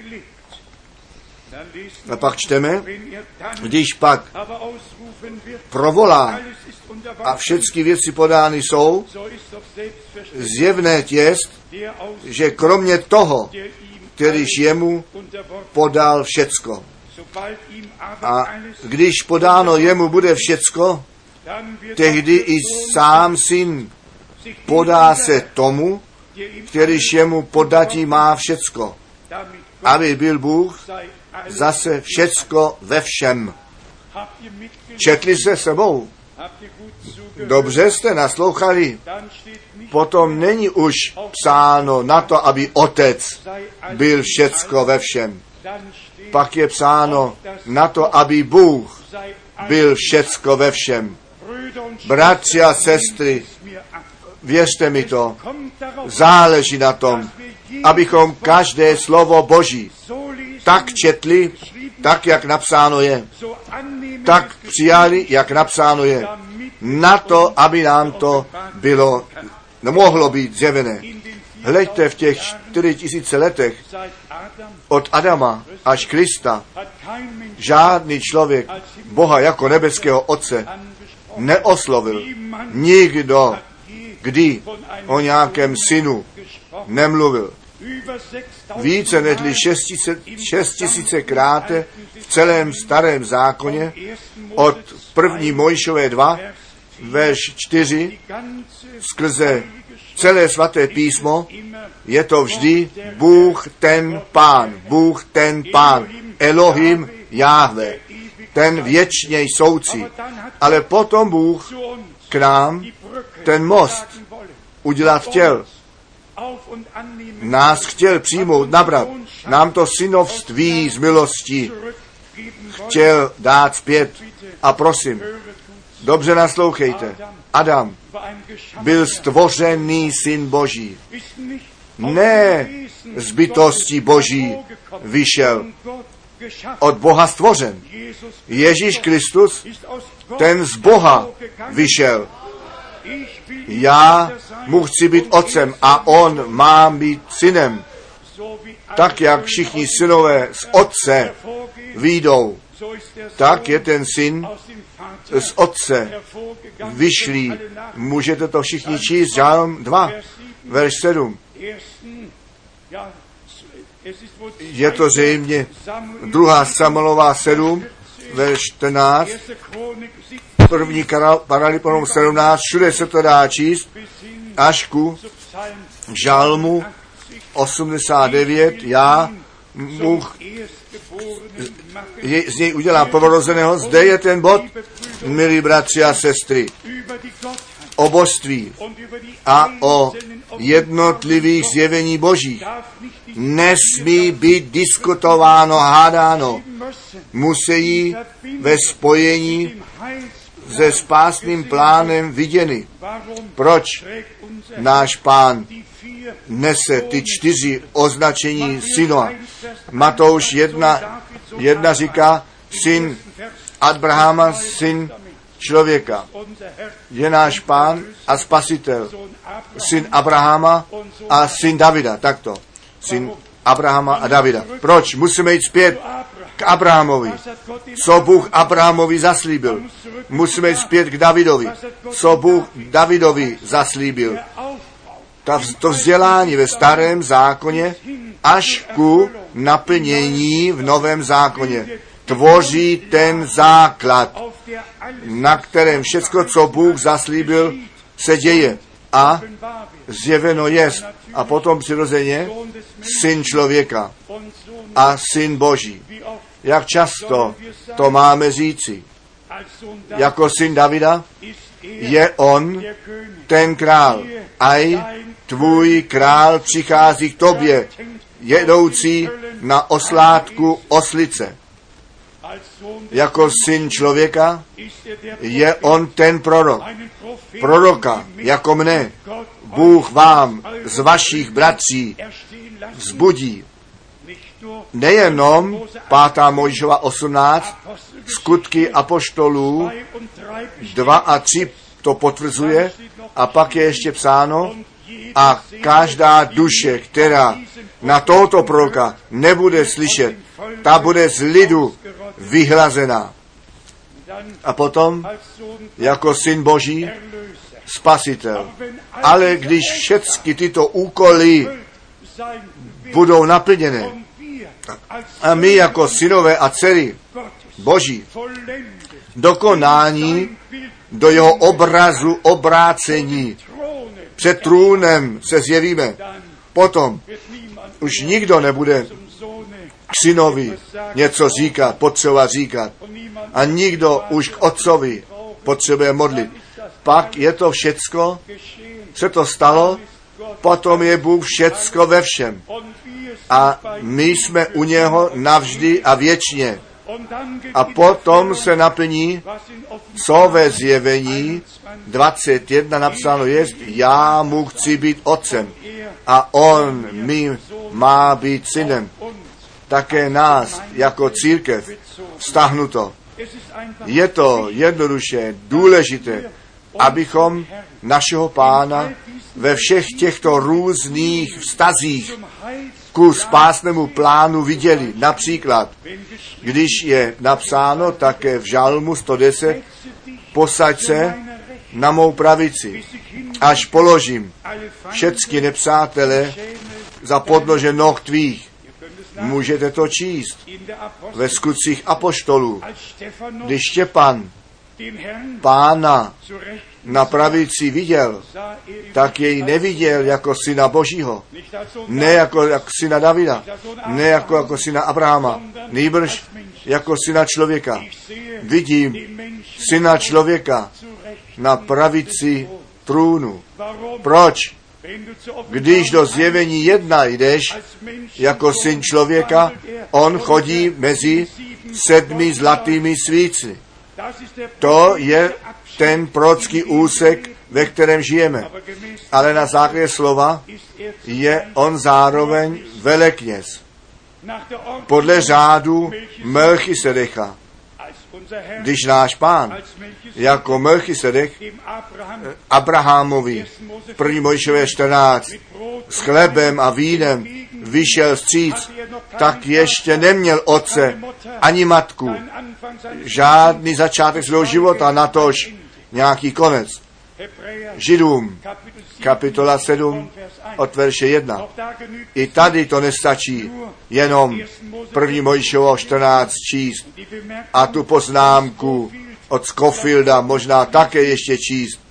A pak čteme, když pak provolá a všechny věci podány jsou, zjevné jest, že kromě toho, kterýž jemu podal všecko. A když podáno jemu bude všecko, tehdy i sám syn podá se tomu, kterýž jemu podatí má všecko, aby byl Bůh zase všecko ve všem. Četli se sebou? Dobře jste naslouchali? Potom není už psáno na to, aby otec byl všecko ve všem. Pak je psáno na to, aby Bůh byl všecko ve všem. Bratři a sestry, věřte mi to, záleží na tom, abychom každé slovo Boží tak četli, tak, jak napsáno je, tak přijali, jak napsáno je, na to, aby nám to bylo, nemohlo být zjevené. Hleďte, v těch 4000 letech od Adama až Krista žádný člověk Boha jako nebeského Otce neoslovil. Nikdo kdy o nějakém synu nemluvil. Více než 6000 krát v celém starém zákoně od 1. Mojžíšové 2, verš 4, skrze celé svaté písmo, je to vždy Bůh ten Pán, Elohim Jahve, ten věčně soucí. Ale potom Bůh k nám ten most udělat chtěl. Nás chtěl přijmout, nabrat. Nám to synovství z milosti chtěl dát zpět. A prosím, dobře naslouchejte. Adam byl stvořený syn Boží. Ne z bytosti Boží vyšel. Od Boha stvořen. Ježíš Kristus, ten z Boha vyšel. Já mu chci být otcem a on má být synem. Tak, jak všichni synové z otce vyjdou, tak je ten syn z otce vyšlý. Můžete to všichni číst, Žálm 2, verš 7. Je to zřejmě 2. Samuelová 7, verš 14, 1. Paraliponom 17, všude se to dá číst, až ku Žálmu 89, já mu z něj udělám prvorozeného. Zde je ten bod, milí bratři a sestry, o božství a o jednotlivých zjevení Božích. Nesmí být diskutováno, hádáno. Musí ve spojení se spásným plánem viděny. Proč náš Pán nese ty 4 označení syna? Matouš 1 říká, syn Abrahama, syn člověka. Je náš Pán a Spasitel. Syn Abrahama a syn Davida. Takto. Syn Abrahama a Davida. Proč? Musíme jít zpět k Abrahamovi. Co Bůh Abrahamovi zaslíbil. Musíme jít zpět k Davidovi. Co Bůh Davidovi zaslíbil. To vzdělání ve starém zákoně až ku naplnění v novém zákoně tvoří ten základ, na kterém všecko, co Bůh zaslíbil, se děje. A zjeveno jest. A potom přirozeně syn člověka a syn Boží. Jak často to máme říci? Jako syn Davida je on ten král. Aj tvůj král přichází k tobě, jedoucí na oslátku oslice. Jako syn člověka je on ten prorok. Proroka, jako mne, Bůh vám z vašich bratří vzbudí. Nejenom 5. Mojžíšova 18, skutky apoštolů 2 a 3 to potvrzuje, a pak je ještě psáno, a každá duše, která na tohoto proroka nebude slyšet, ta bude z lidu vyhlazená. A potom, jako syn Boží, spasitel. Ale když všechny tyto úkoly budou naplněné, a my jako synové a dcery Boží, dokonání do jeho obrazu obrácení, před trůnem se zjevíme, potom už nikdo nebude k synovi něco říkat, potřeba říkat, a nikdo už k otcovi potřebuje modlit. Pak je to všecko, se to stalo, potom je Bůh všecko ve všem. A my jsme u něho navždy a věčně. A potom se naplní, co ve Zjevení 21 napsáno je, já mu chci být otcem a on mi má být synem. Také nás jako církev vztahnuto. Je to jednoduše důležité, abychom našeho Pána ve všech těchto různých vztazích ku spásnému plánu viděli. Například, když je napsáno také v Žalmu 110, posaď se na mou pravici, až položím všechny nepřátele za podnože noh tvých. Můžete to číst ve skutcích apoštolů. Když Štěpán Pána na pravici viděl, tak jej neviděl jako syna Božího, ne jako syna Davida, ne jako syna Abrahama, nýbrž jako syna člověka. Vidím syna člověka na pravici trůnu. Proč? Když do Zjevení 1 jdeš jako syn člověka, on chodí mezi 7 zlatými svícny. To je ten prorocký úsek, ve kterém žijeme. Ale na základě slova je on zároveň velekněz. Podle řádu Melchisedecha. Když náš Pán jako Melchisedech Abrahamovi 1. Mojžíšové 14 s chlebem a vínem vyšel vstříc, tak ještě neměl otce ani matku, žádný začátek svého života, natož nějaký konec. Židům, kapitola 7, od verše 1. I tady to nestačí jenom 1. Mojžíšovo 14 číst a tu poznámku od Scofielda možná také ještě číst.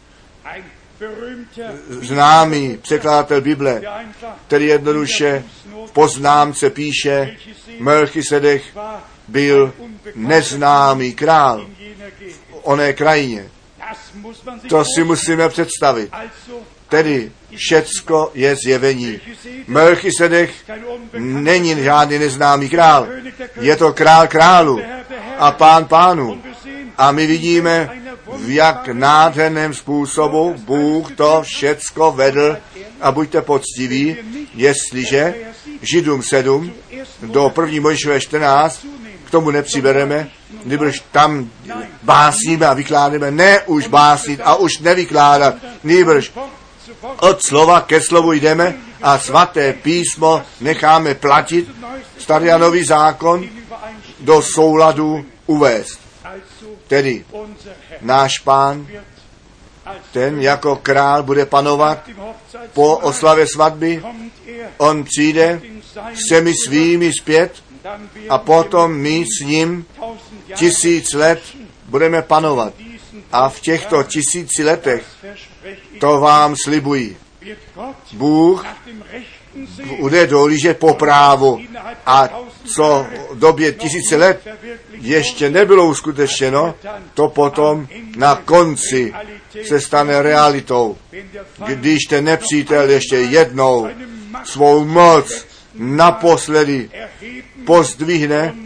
Známý překladatel Bible, který jednoduše v poznámce píše, Melchisedech byl neznámý král v oné krajině. To si musíme představit. Tedy všecko je zjevení. Melchisedech není žádný neznámý král. Je to král králu a pán pánu. A my vidíme, v jak nádherném způsobu Bůh to všecko vedl. A buďte poctiví, jestliže Židům 7 do 1. Mojžíšové 14 k tomu nepřibereme, nebož tam básníme a vykládáme, ne už básnit a už nevykládat, nebož od slova ke slovu jdeme a svaté písmo necháme platit, starý a nový zákon do souladu uvést. Tedy náš Pán, ten jako král bude panovat po oslavě svatby, on přijde s těmi svými zpět a potom my s ním 1000 let budeme panovat. A v těchto 1000 letech, to vám slibuji, Bůh bude dohlížet po právu a co v době 1000 let ještě nebylo uskutečněno, to potom na konci se stane realitou, když ten nepřítel ještě jednou svou moc naposledy pozdvihne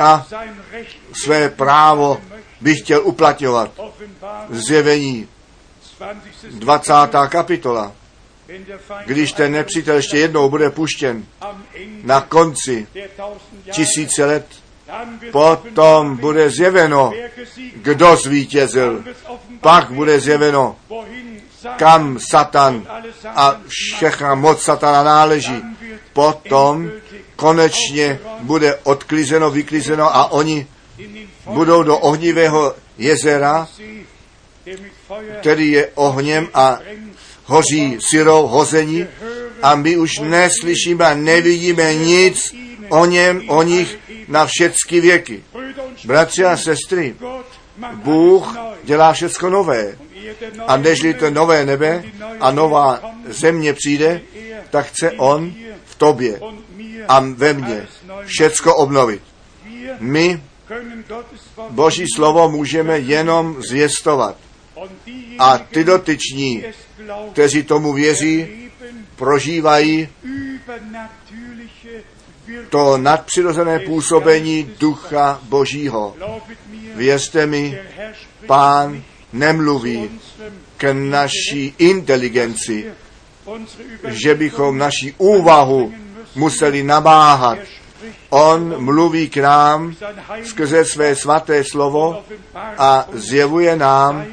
a své právo by chtěl uplatňovat. Zjevení 20. kapitola. Když ten nepřítel ještě jednou bude puštěn na konci 1000 let, potom bude zjeveno, kdo zvítězil. Pak bude zjeveno, kam Satan a všechna moc Satana náleží. Potom konečně bude odklizeno, vyklizeno a oni budou do ohnivého jezera, který je ohněm a hoří syrou, hození, a my už neslyšíme a nevidíme nic o něm, o nich na všechny věky. Bratři a sestry, Bůh dělá všecko nové. A nežli to nové nebe a nová země přijde, tak chce on v tobě a ve mně všecko obnovit. My Boží slovo můžeme jenom zvěstovat. A ty dotyční, kteří tomu věří, prožívají to nadpřirozené působení Ducha Božího. Věřte mi, Pán nemluví k naší inteligenci, že bychom naši úvahu museli namáhat. On mluví k nám skrze své svaté slovo a zjevuje nám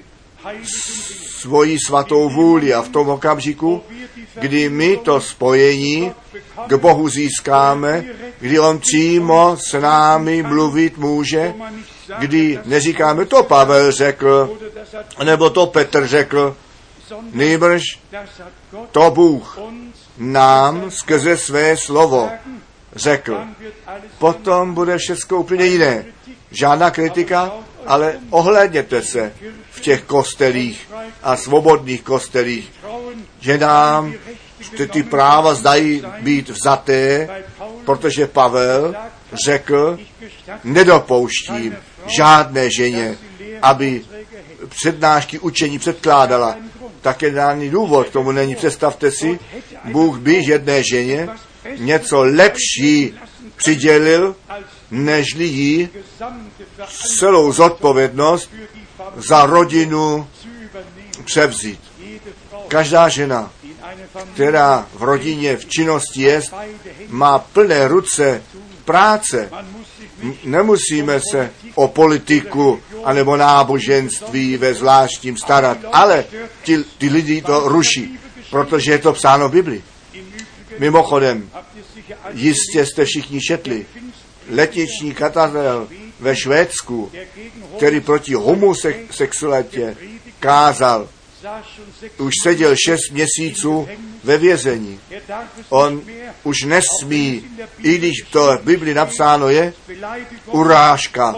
svoji svatou vůli. A v tom okamžiku, kdy my to spojení k Bohu získáme, kdy on přímo s námi mluvit může, kdy neříkáme, to Pavel řekl, nebo to Petr řekl, nýbrž to Bůh nám skrze své slovo řekl. Potom bude všechno úplně jiné. Žádná kritika, ale ohlédněte se v těch kostelích a svobodných kostelích, že nám ty práva zdají být vzaté, protože Pavel řekl, nedopouštím žádné ženě, aby přednášky učení předkládala. Také žádný důvod k tomu není. Představte si, Bůh by jedné ženě něco lepší přidělil, nežli jí celou zodpovědnost za rodinu převzít. Každá žena, která v rodině v činnosti je, má plné ruce práce. Nemusíme se o politiku anebo náboženství ve zvláštním starat, ale ty lidi to ruší, protože je to psáno v Bibli. Mimochodem, jistě jste všichni četli letniční katedral ve Švédsku, který proti homosexualitě kázal. Už seděl 6 měsíců ve vězení. On už nesmí, i když to v Bibli napsáno je, urážka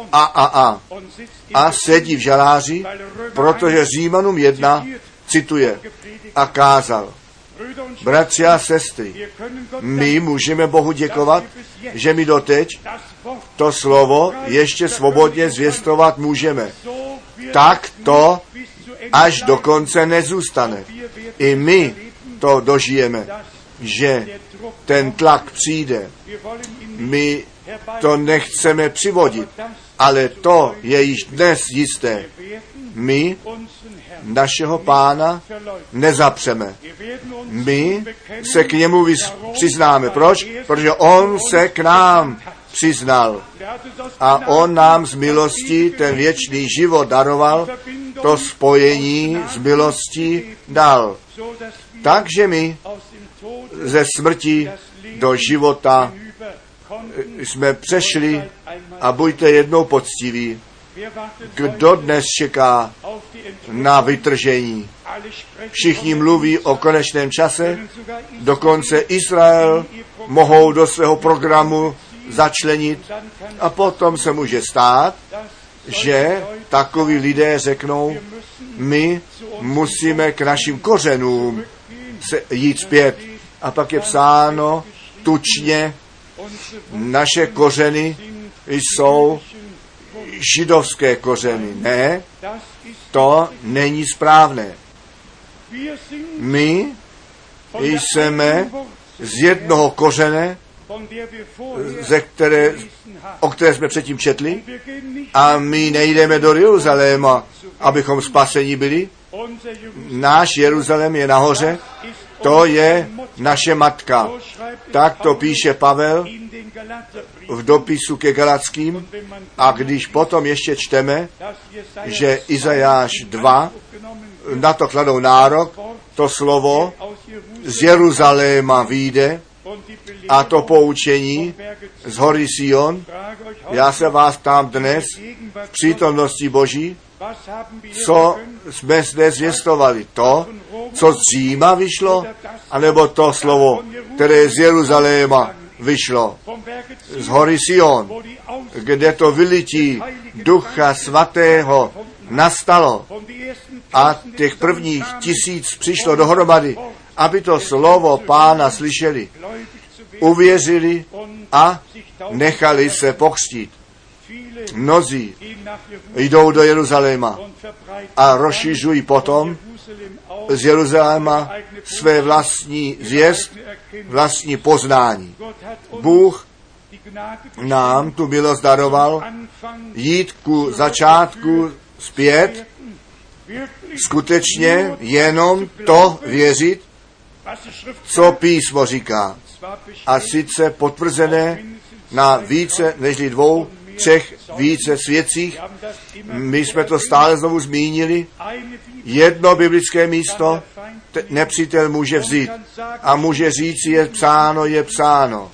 a sedí v žaláři, protože Římanům 1 cituje a kázal. Bratři a sestry, my můžeme Bohu děkovat, že my doteď to slovo ještě svobodně zvěstovat můžeme. Tak to až do konce nezůstane. I my to dožijeme, že ten tlak přijde. My to nechceme přivodit, ale to je již dnes jisté. My našeho Pána nezapřeme. My se k němu přiznáme. Proč? Protože on se k nám přiznal. A on nám z milosti ten věčný život daroval, to spojení z milosti dal. Takže my ze smrti do života jsme přešli a buďte jednou poctiví. Kdo dnes čeká na vytržení? Všichni mluví o konečném čase, dokonce Izrael mohou do svého programu začlenit a potom se může stát, že takoví lidé řeknou, my musíme k našim kořenům jít zpět. A pak je psáno tučně, naše kořeny jsou židovské kořeny. Ne, to není správné. My jsme z jednoho kořene o které jsme předtím četli. A my nejdeme do Jeruzaléma, abychom spaseni byli. Náš Jeruzalém je nahoře, to je naše matka. Tak to píše Pavel v dopisu ke Galackým. A když potom ještě čteme, že Izajáš 2 na to kladou nárok, to slovo z Jeruzaléma vyjde a to poučení z hory Sion. Já se vás ptám dnes v přítomnosti Boží, co jsme zde zvěstovali? To, co z Říma vyšlo, anebo to slovo, které z Jeruzaléma vyšlo, z hory Sion, kde to vylití Ducha Svatého nastalo a těch prvních 1000 přišlo dohromady, aby to slovo Pána slyšeli, uvěřili a nechali se pokřtít. Mnozí jdou do Jeruzaléma a rozšiřují potom z Jeruzaléma své vlastní zvěst, vlastní poznání. Bůh nám tu milost daroval jít ku začátku zpět, skutečně jenom to věřit, co písmo říká. A sice potvrzené na více než 2, 3 více svědcích. My jsme to stále znovu zmínili. Jedno biblické místo nepřítel může vzít a může říct, je psáno, je psáno.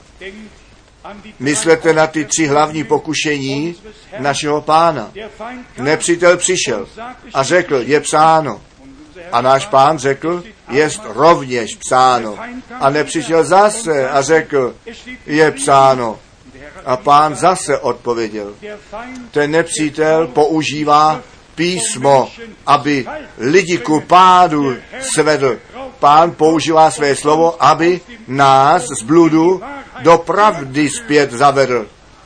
Myslete na ty 3 hlavní pokušení našeho Pána. Nepřítel přišel a řekl, je psáno. A náš Pán řekl, jest rovněž psáno. A nepřišel zase a řekl, je psáno. A Pán zase odpověděl. Ten nepřítel používá písmo, aby lidi ku pádu svedl. Pán používá své slovo, aby nás z bludu do pravdy zpět zavedl.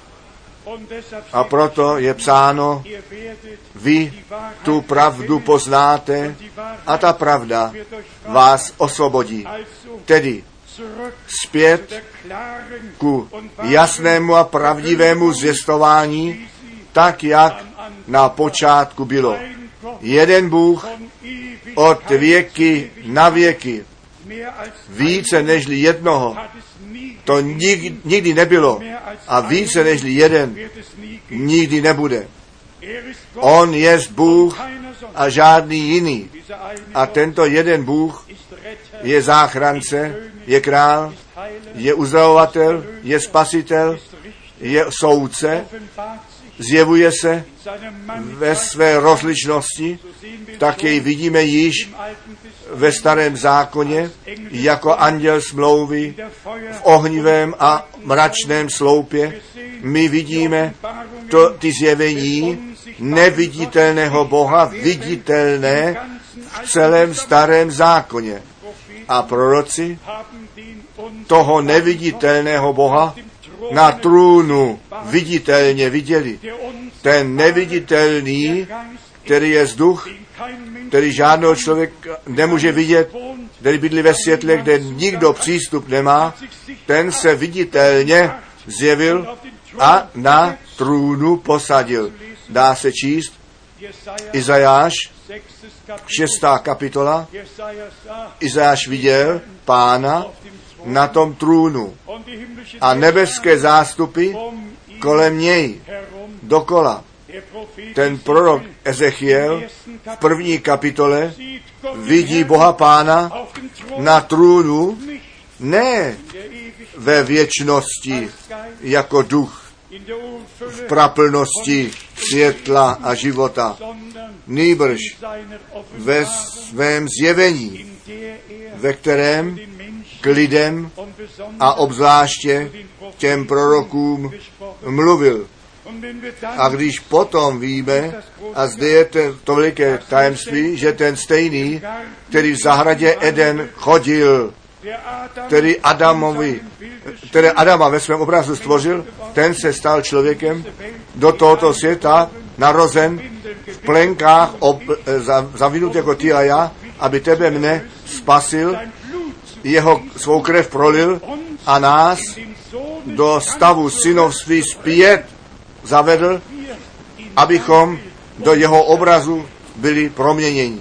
A proto je psáno, vy tu pravdu poznáte a ta pravda vás osvobodí. Tedy zpět ku jasnému a pravdivému zvěstování, tak jak na počátku bylo. Jeden Bůh od věky na věky, více nežli jednoho, to nikdy nebylo a více nežli jeden nikdy nebude. On je Bůh a žádný jiný. A tento jeden Bůh je záchrance, je král, je uzdravovatel, je spasitel, je soudce, zjevuje se ve své rozličnosti, tak jej vidíme již ve Starém zákoně jako anděl smlouvy v ohnivém a mračném sloupě. My vidíme ty zjevení neviditelného Boha, viditelné v celém Starém zákoně. A proroci toho neviditelného Boha na trůnu viditelně viděli. Ten neviditelný, který je duch, který žádného člověka nemůže vidět, který bydlí ve světle, kde nikdo přístup nemá, ten se viditelně zjevil a na trůnu posadil. Dá se číst Izajáš, 6. kapitola. Izajáš viděl Pána na tom trůnu a nebeské zástupy kolem něj dokola. Ten prorok Ezechiel v 1. kapitole vidí Boha Pána na trůnu, ne ve věčnosti jako duch, v praplnosti světla a života, nýbrž ve svém zjevení, ve kterém k lidem a obzvláště těm prorokům mluvil. A když potom víme, a zde je to veliké tajemství, že ten stejný, který v zahradě Eden chodil, který Adama ve svém obrazu stvořil, ten se stal člověkem do tohoto světa, narozen v plenkách, zavinut jako ty a já, aby tebe mne spasil, svou krev prolil a nás do stavu synovství zpět zavedl, abychom do jeho obrazu byli proměněni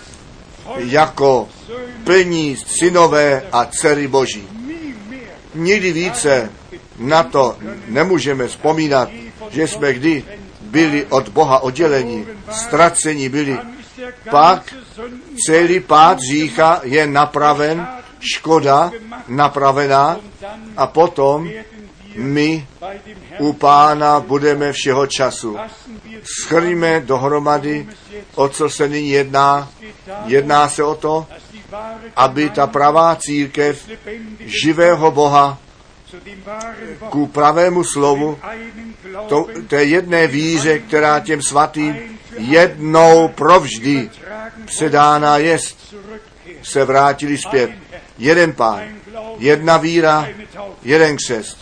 jako plní synové a dcery Boží. Nikdy více na to nemůžeme vzpomínat, že jsme kdy byli od Boha odděleni, ztraceni byli. Pak celý pád hřícha je napraven, škoda napravená a potom my u Pána budeme všeho času. Shrňme dohromady, o co se nyní jedná. Jedná se o to, aby ta pravá církev živého Boha ku pravému slovu, té jedné víře, která těm svatým jednou provždy předána jest, se vrátili zpět. Jeden Pán, jedna víra, jeden křest.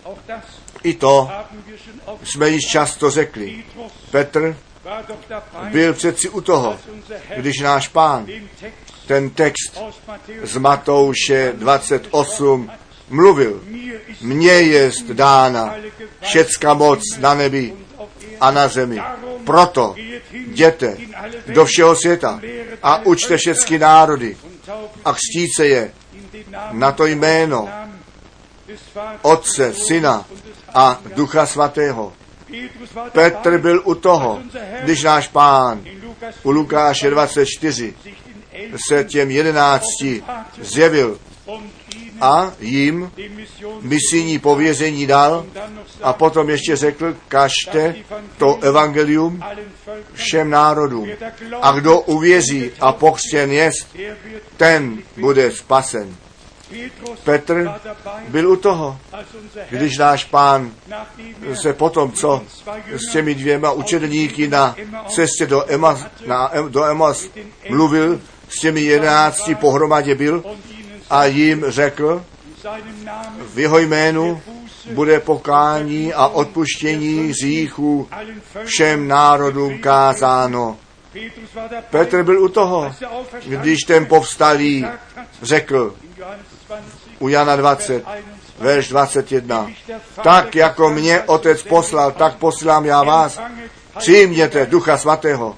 I to jsme již často řekli. Petr byl přeci u toho, když náš Pán ten text z Matouše 28 mluvil. Mně jest dána všecka moc na nebi a na zemi. Proto jděte do všeho světa a učte všechny národy a křtíte je na to jméno Otce, Syna a Ducha Svatého. Petr byl u toho, když náš Pán u Lukáše 24 se těm 11 zjevil a jim misijní pověření dal a potom ještě řekl, kažte to evangelium všem národům. A kdo uvěří a pokřtěn jest, ten bude spasen. Petr byl u toho, když náš Pán se potom, co s těmi dvěma učedníky na cestě do Emas mluvil, s těmi 11 pohromadě byl a jim řekl, v jeho jménu bude pokání a odpuštění hříchů všem národům kázáno. Petr byl u toho, když ten povstalý řekl u Jana 20, verš 21, tak jako mě Otec poslal, tak posílám já vás, přijměte Ducha Svatého.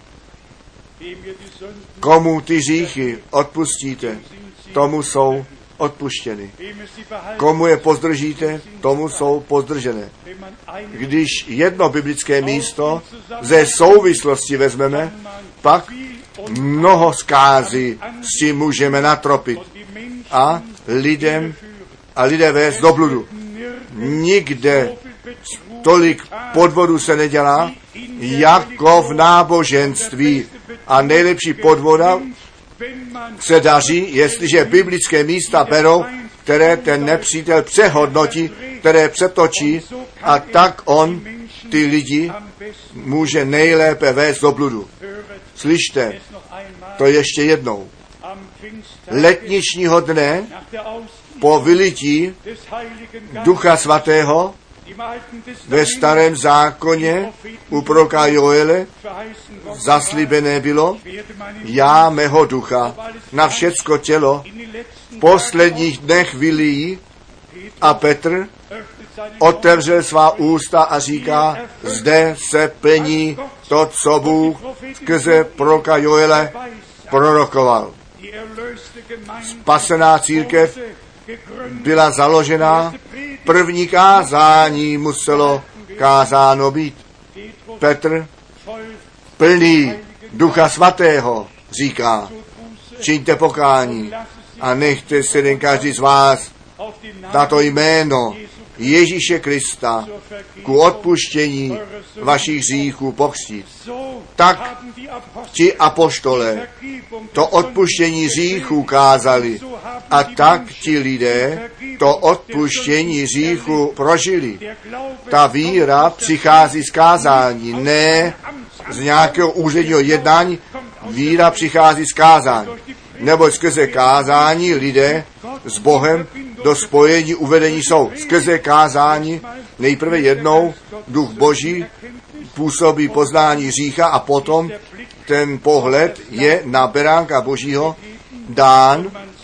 Komu ty hříchy odpustíte, tomu jsou odpuštěny. Komu je pozdržíte, tomu jsou pozdržené. Když jedno biblické místo ze souvislosti vezmeme, pak mnoho zkází si můžeme natropit a lidé vést do bludu. Nikde tolik podvodů se nedělá, jako v náboženství. A nejlepší podvoda se daří, jestliže biblické místa berou, které ten nepřítel přehodnotí, které přetočí a tak on ty lidi může nejlépe vést do bludu. Slyšte, to ještě jednou. Letničního dne po vylití Ducha Svatého ve starém zákoně u proroka Joele zaslíbené bylo, já mého ducha na všecko tělo v posledních dnech vylijí a Petr otevřel svá ústa a říká, zde se plní to, co Bůh skrze proroka Joele prorokoval. Spasená církev byla založená, první kázání muselo kázáno být. Petr, plný Ducha Svatého, říká, čiňte pokání a nechte se den každý z vás na to jméno Ježíše Krista ku odpuštění vašich hříchů pokřtít. Tak ti apoštole to odpuštění hříchů kázali a tak ti lidé to odpuštění hříchů prožili. Ta víra přichází z kázání, ne z nějakého úředního jednání, víra přichází z kázání. Nebo skrze kázání lidé s Bohem do spojení uvedení jsou. Skrze kázání nejprve jednou Duch Boží působí poznání hřícha a potom ten pohled je na beránka Božího dán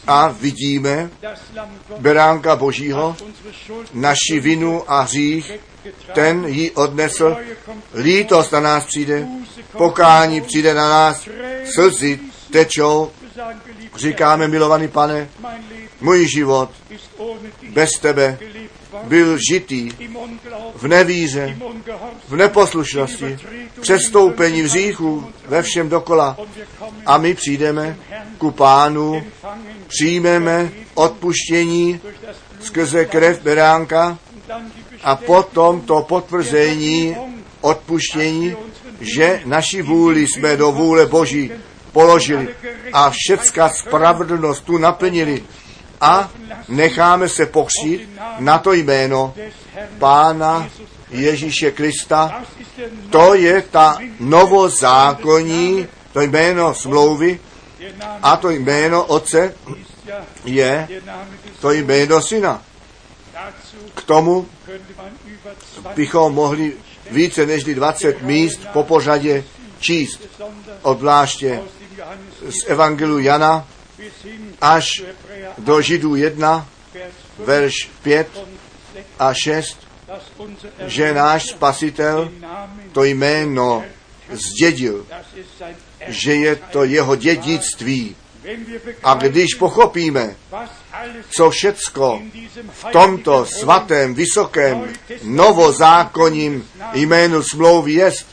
a vidíme beránka Božího, naši vinu a hřích, ten ji odnesl, lítost na nás přijde, pokání přijde na nás, slzy tečou, říkáme, milovaný Pane, můj život bez tebe byl žitý v nevíře, v neposlušnosti, přestoupení v hříchu, ve všem dokola. A my přijdeme ku Pánu, přijmeme odpuštění skrze krev beránka a potom to potvrzení odpuštění, že naši vůli jsme do vůle Boží položili a všecká spravedlnost tu naplnili a necháme se pokřtít na to jméno Pána Ježíše Krista. To je ta novozákonní, to jméno smlouvy a to jméno Otce je to jméno Syna. K tomu bychom mohli více než 20 míst po pořadě číst, obzvláště z Evangeliu Jana až do Židů 1, verš 5 a 6, že náš Spasitel to jméno zdědil, že je to jeho dědictví. A když pochopíme, co všecko v tomto svatém, vysokém, novozákonním jménu smlouvy jest,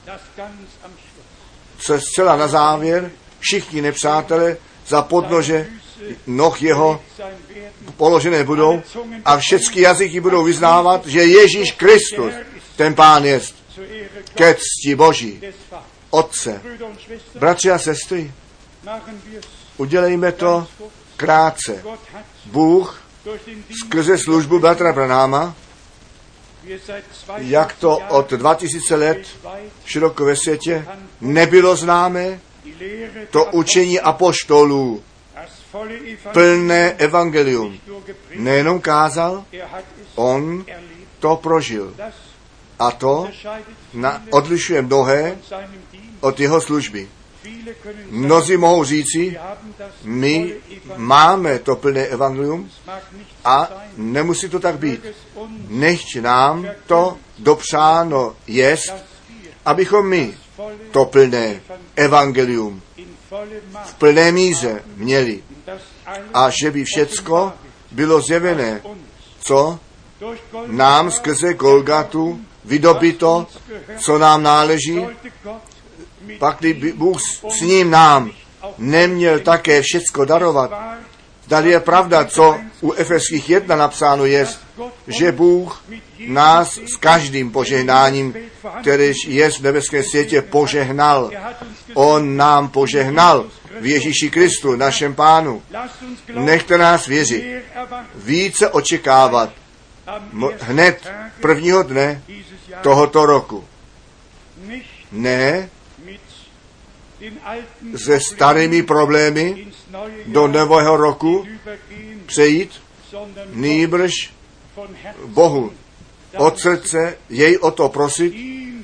se zcela na závěr všichni nepřátelé za podnože noh jeho položené budou a všechny jazyky budou vyznávat, že Ježíš Kristus, ten Pán jest, ke cti Boží, Otce. Bratři a sestry, udělejme to krátce. Bůh skrze službu bratra Branhama, jak to od 2000 let široko ve světě nebylo známé, to učení apoštolů, plné evangelium, nejenom kázal, on to prožil. A to odlišuje mnohé od jeho služby. Mnozí mohou říci, my máme to plné evangelium a nemusí to tak být. Nechť nám to dopřáno jest, abychom my to plné evangelium v plné míře měli. A že by všecko bylo zjevené, co nám skrze Golgatu vydobyto, co nám náleží, pak kdyby Bůh s ním nám neměl také všecko darovat. Tady je pravda, co u Efeských 1 napsáno je, že Bůh nás s každým požehnáním, kteréž je v nebeském světě, požehnal. On nám požehnal v Ježíši Kristu, našem Pánu. Nechte nás věřit, více očekávat hned prvního dne tohoto roku. Ne se starými problémy do nového roku přejít, nýbrž Bohu od srdce jej o to prosit,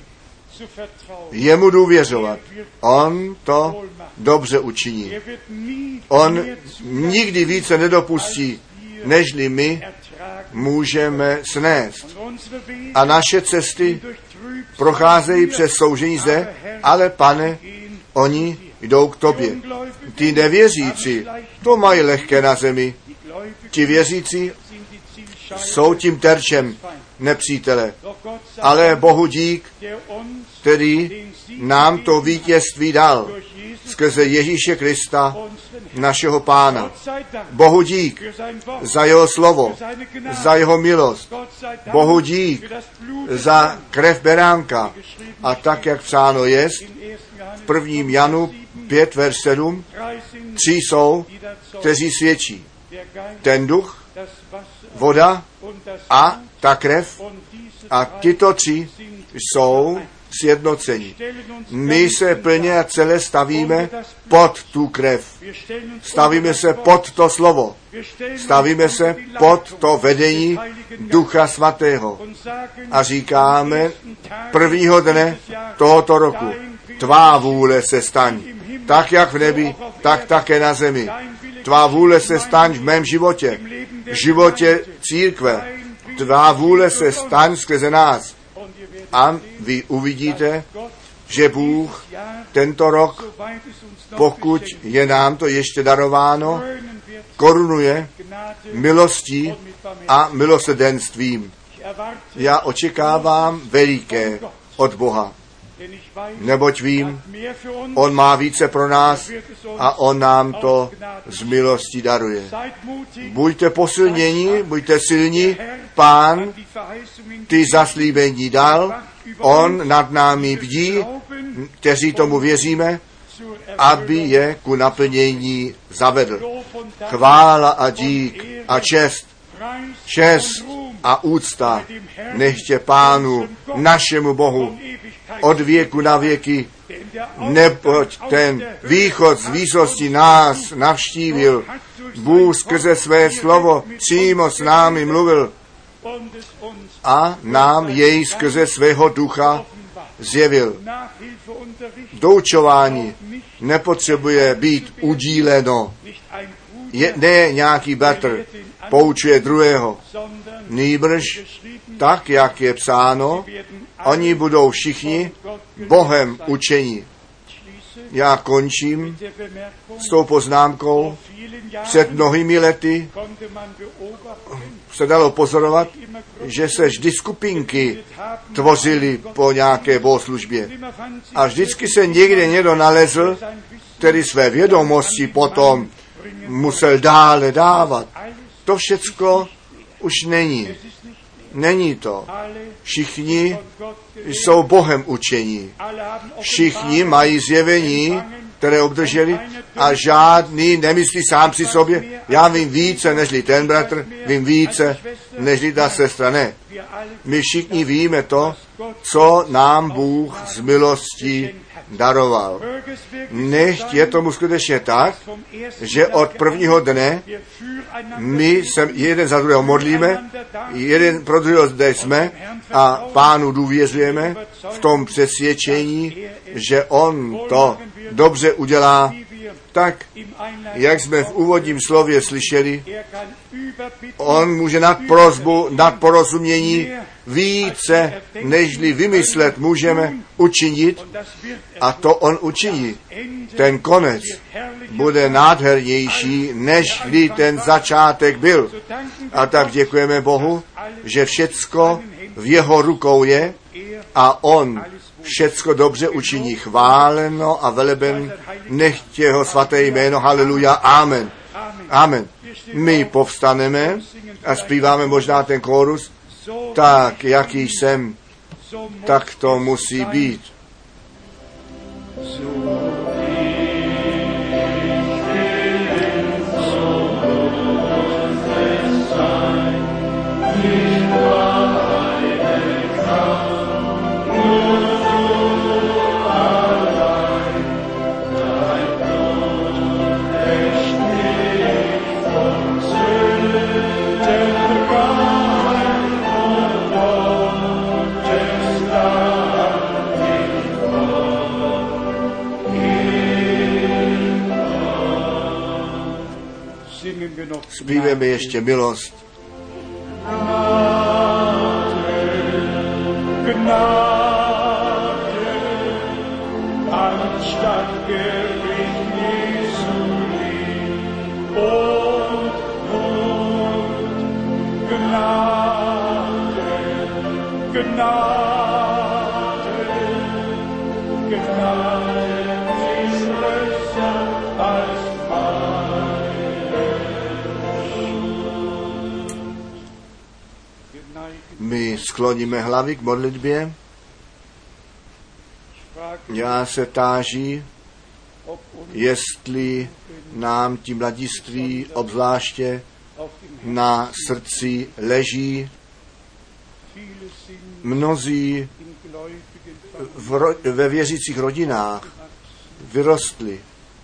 jemu důvěřovat. On to dobře učiní. On nikdy více nedopustí, nežli my můžeme snést. A naše cesty procházejí přes soužení zde, ale Pane, oni jdou k tobě. Ty nevěřící, to mají lehké na zemi. Ti věřící jsou tím terčem nepřítele. Ale Bohu dík, který nám to vítězství dal skrze Ježíše Krista, našeho Pána. Bohu dík za jeho slovo, za jeho milost. Bohu dík za krev beránka. A tak, jak psáno jest, v 1. Janu 5, verš 7, 3 jsou, kteří svědčí. Ten duch, voda a ta krev. A tyto 3 jsou sjednocení. My se plně a celé stavíme pod tu krev. Stavíme se pod to slovo. Stavíme se pod to vedení Ducha Svatého. A říkáme, prvního dne tohoto roku, tvá vůle se staň. Tak, jak v nebi, tak také na zemi. tvá vůle se staň v mém životě, v životě církve, tvá vůle se staň skrze nás. A vy uvidíte, že Bůh tento rok, pokud je nám to ještě darováno, korunuje milostí a milosrdenstvím. Já očekávám veliké od Boha, neboť vím, on má více pro nás a on nám to z milostí daruje. Buďte posilněni, buďte silní, Pán ty zaslíbení dal, on nad námi bdí, kteří tomu věříme, aby je ku naplnění zavedl. Chvála a dík a čest a úcta nechtě Pánu, našemu Bohu, od věku na věky, neboť ten východ z výsosti nás navštívil. Bůh skrze své slovo přímo s námi mluvil a nám jej skrze svého ducha zjevil. Doučování nepotřebuje být udíleno. Ne nějaký bratr poučuje druhého. Nýbrž tak, jak je psáno, oni budou všichni Bohem učeni. Já končím s tou poznámkou. Před mnohými lety se dalo pozorovat, že se vždy skupinky tvořily po nějaké bohoslužbě. A vždycky se někde někdo nalezl, který své vědomosti potom musel dále dávat. To všecko už není. Není to. Všichni jsou Bohem učení. Všichni mají zjevení, které obdrželi a žádný nemyslí sám při sobě. Já vím více, nežli ten bratr, vím více, nežli ta sestra. Ne. My všichni víme to, co nám Bůh z milostí daroval. Nechť je tomu skutečně tak, že od prvního dne my se jeden za druhého modlíme, jeden pro druhého zde jsme a Pánu důvěřujeme v tom přesvědčení, že on to dobře udělá, tak, jak jsme v úvodním slově slyšeli, on může nad prosbu, nad porozumění více, nežli vymyslet můžeme učinit a to on učiní. Ten konec bude nádhernější, nežli ten začátek byl. A tak děkujeme Bohu, že všecko v jeho rukou je a on všecko dobře učiní. Chváleno a veleben nechť jeho svaté jméno. Haleluja. Amen. Amen. My povstaneme a zpíváme možná ten kórus. Tak, jaký jsem, tak to musí být. Zpíveme ještě milost. My skloníme hlavy k modlitbě. Já se táží, jestli nám ti mladiství obzvláště na srdci leží. Mnozí ve věřících rodinách vyrostli,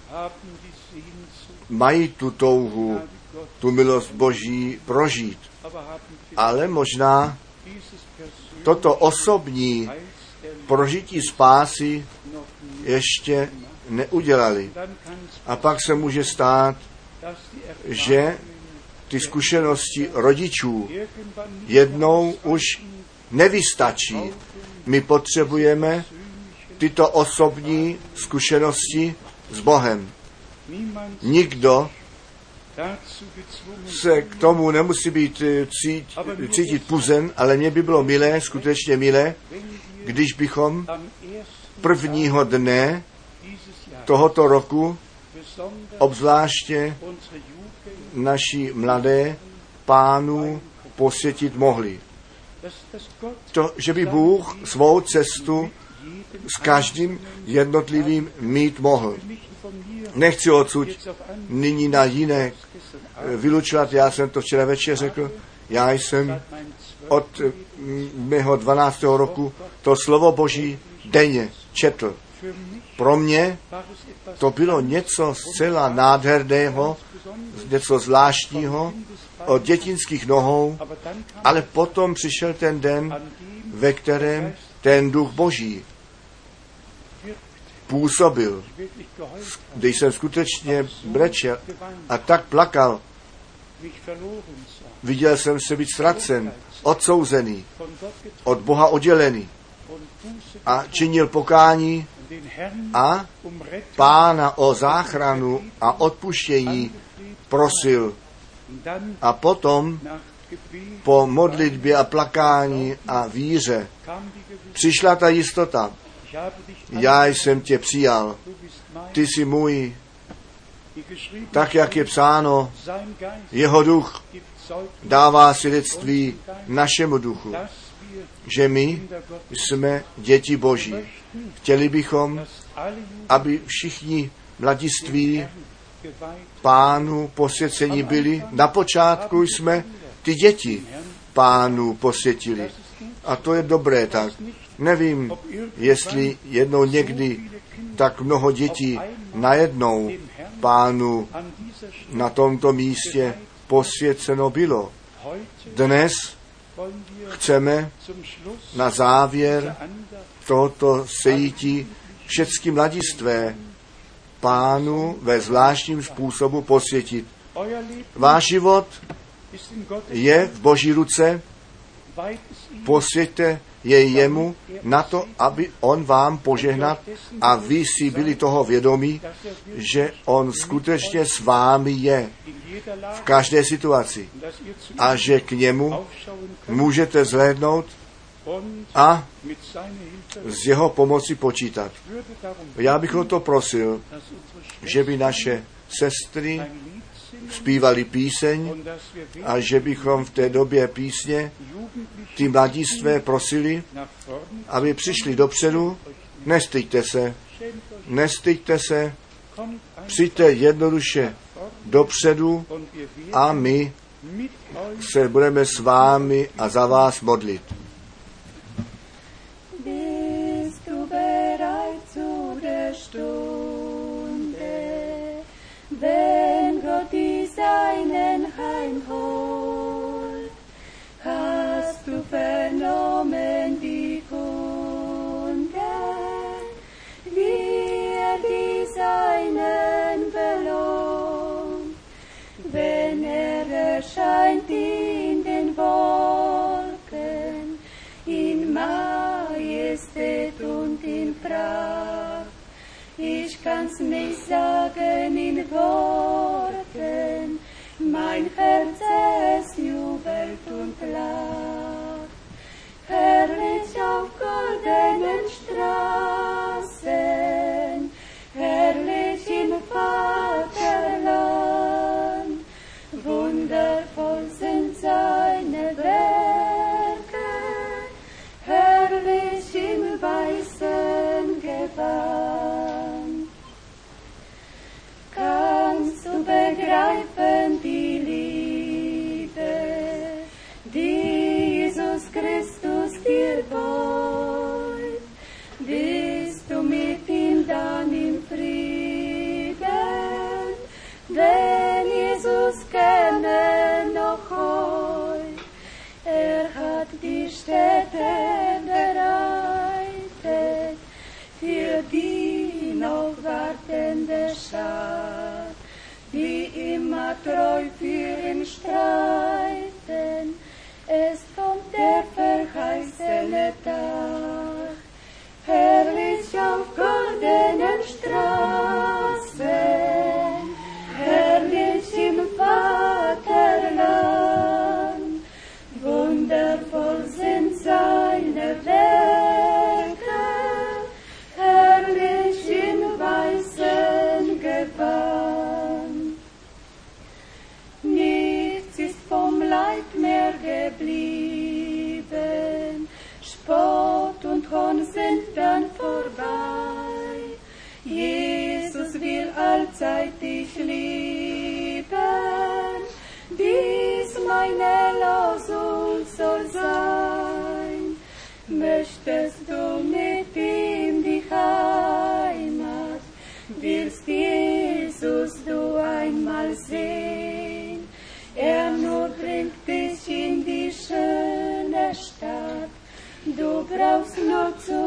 mají tu touhu, tu milost Boží prožít, ale možná toto osobní prožití spásy ještě neudělali. A pak se může stát, že ty zkušenosti rodičů jednou už nevystačí. My potřebujeme tyto osobní zkušenosti s Bohem. Nikdo se k tomu nemusí být cítit puzen, ale mně by bylo milé, skutečně milé, když bychom prvního dne tohoto roku obzvláště naši mladé Pánu posvětit mohli. To, že by Bůh svou cestu s každým jednotlivým mít mohl. Nechci odsud nyní na jiné vylučovat, já jsem to včera večer řekl, já jsem od mého 12. roku to slovo Boží denně četl. Pro mě to bylo něco zcela nádherného, něco zvláštního, od dětinských nohou, ale potom přišel ten den, ve kterém ten duch Boží působil, když jsem skutečně brečel a tak plakal. Viděl jsem se být ztracen, odsouzený, od Boha oddělený a činil pokání a Pána o záchranu a odpuštění prosil. A potom po modlitbě a plakání a víře přišla ta jistota. Já jsem tě přijal, ty jsi můj, tak jak je psáno, jeho duch dává svědectví našemu duchu, že my jsme děti Boží. Chtěli bychom, aby všichni mladiství Pánu posvěcení byli. Na počátku jsme ty děti Pánu posvětili. A to je dobré tak. Nevím, jestli jednou někdy tak mnoho dětí najednou Pánu na tomto místě posvěceno bylo. Dnes chceme na závěr tohoto sejítí všechny mladistvé Pánu ve zvláštním způsobu posvětit. Váš život je v Boží ruce, posvěťte jej jemu na to, aby on vám požehnat a vy si byli toho vědomí, že on skutečně s vámi je v každé situaci a že k němu můžete zhlédnout a z jeho pomoci počítat. Já bych o to prosil, že by naše sestry zpívali píseň a že bychom v té době písně ty mladistvé prosili, aby přišli dopředu. Nestyďte se, přijďte jednoduše dopředu a my se budeme s vámi a za vás modlit. Bist du bereit zu der Stunde, wenn Gott die Seinen heimholt? Hast du vernommen die Kunde, wie die Seinen belohnt, wenn erscheint in den Wolken, in Majestät und in Pracht. Ich kann's nicht sagen in Worten, mein Herz es jubelt und lacht. Herrlich auf goldenen Straßen, herrlich im Vaterland, wundervoll sind seine Werke, herrlich im weißen Gewand. Kannst du begreifen die deine Losung soll sein. Möchtest du mit ihm die Heimat, willst Jesus du einmal sehen? Er nur bringt dich in die schöne Stadt, du brauchst nur zu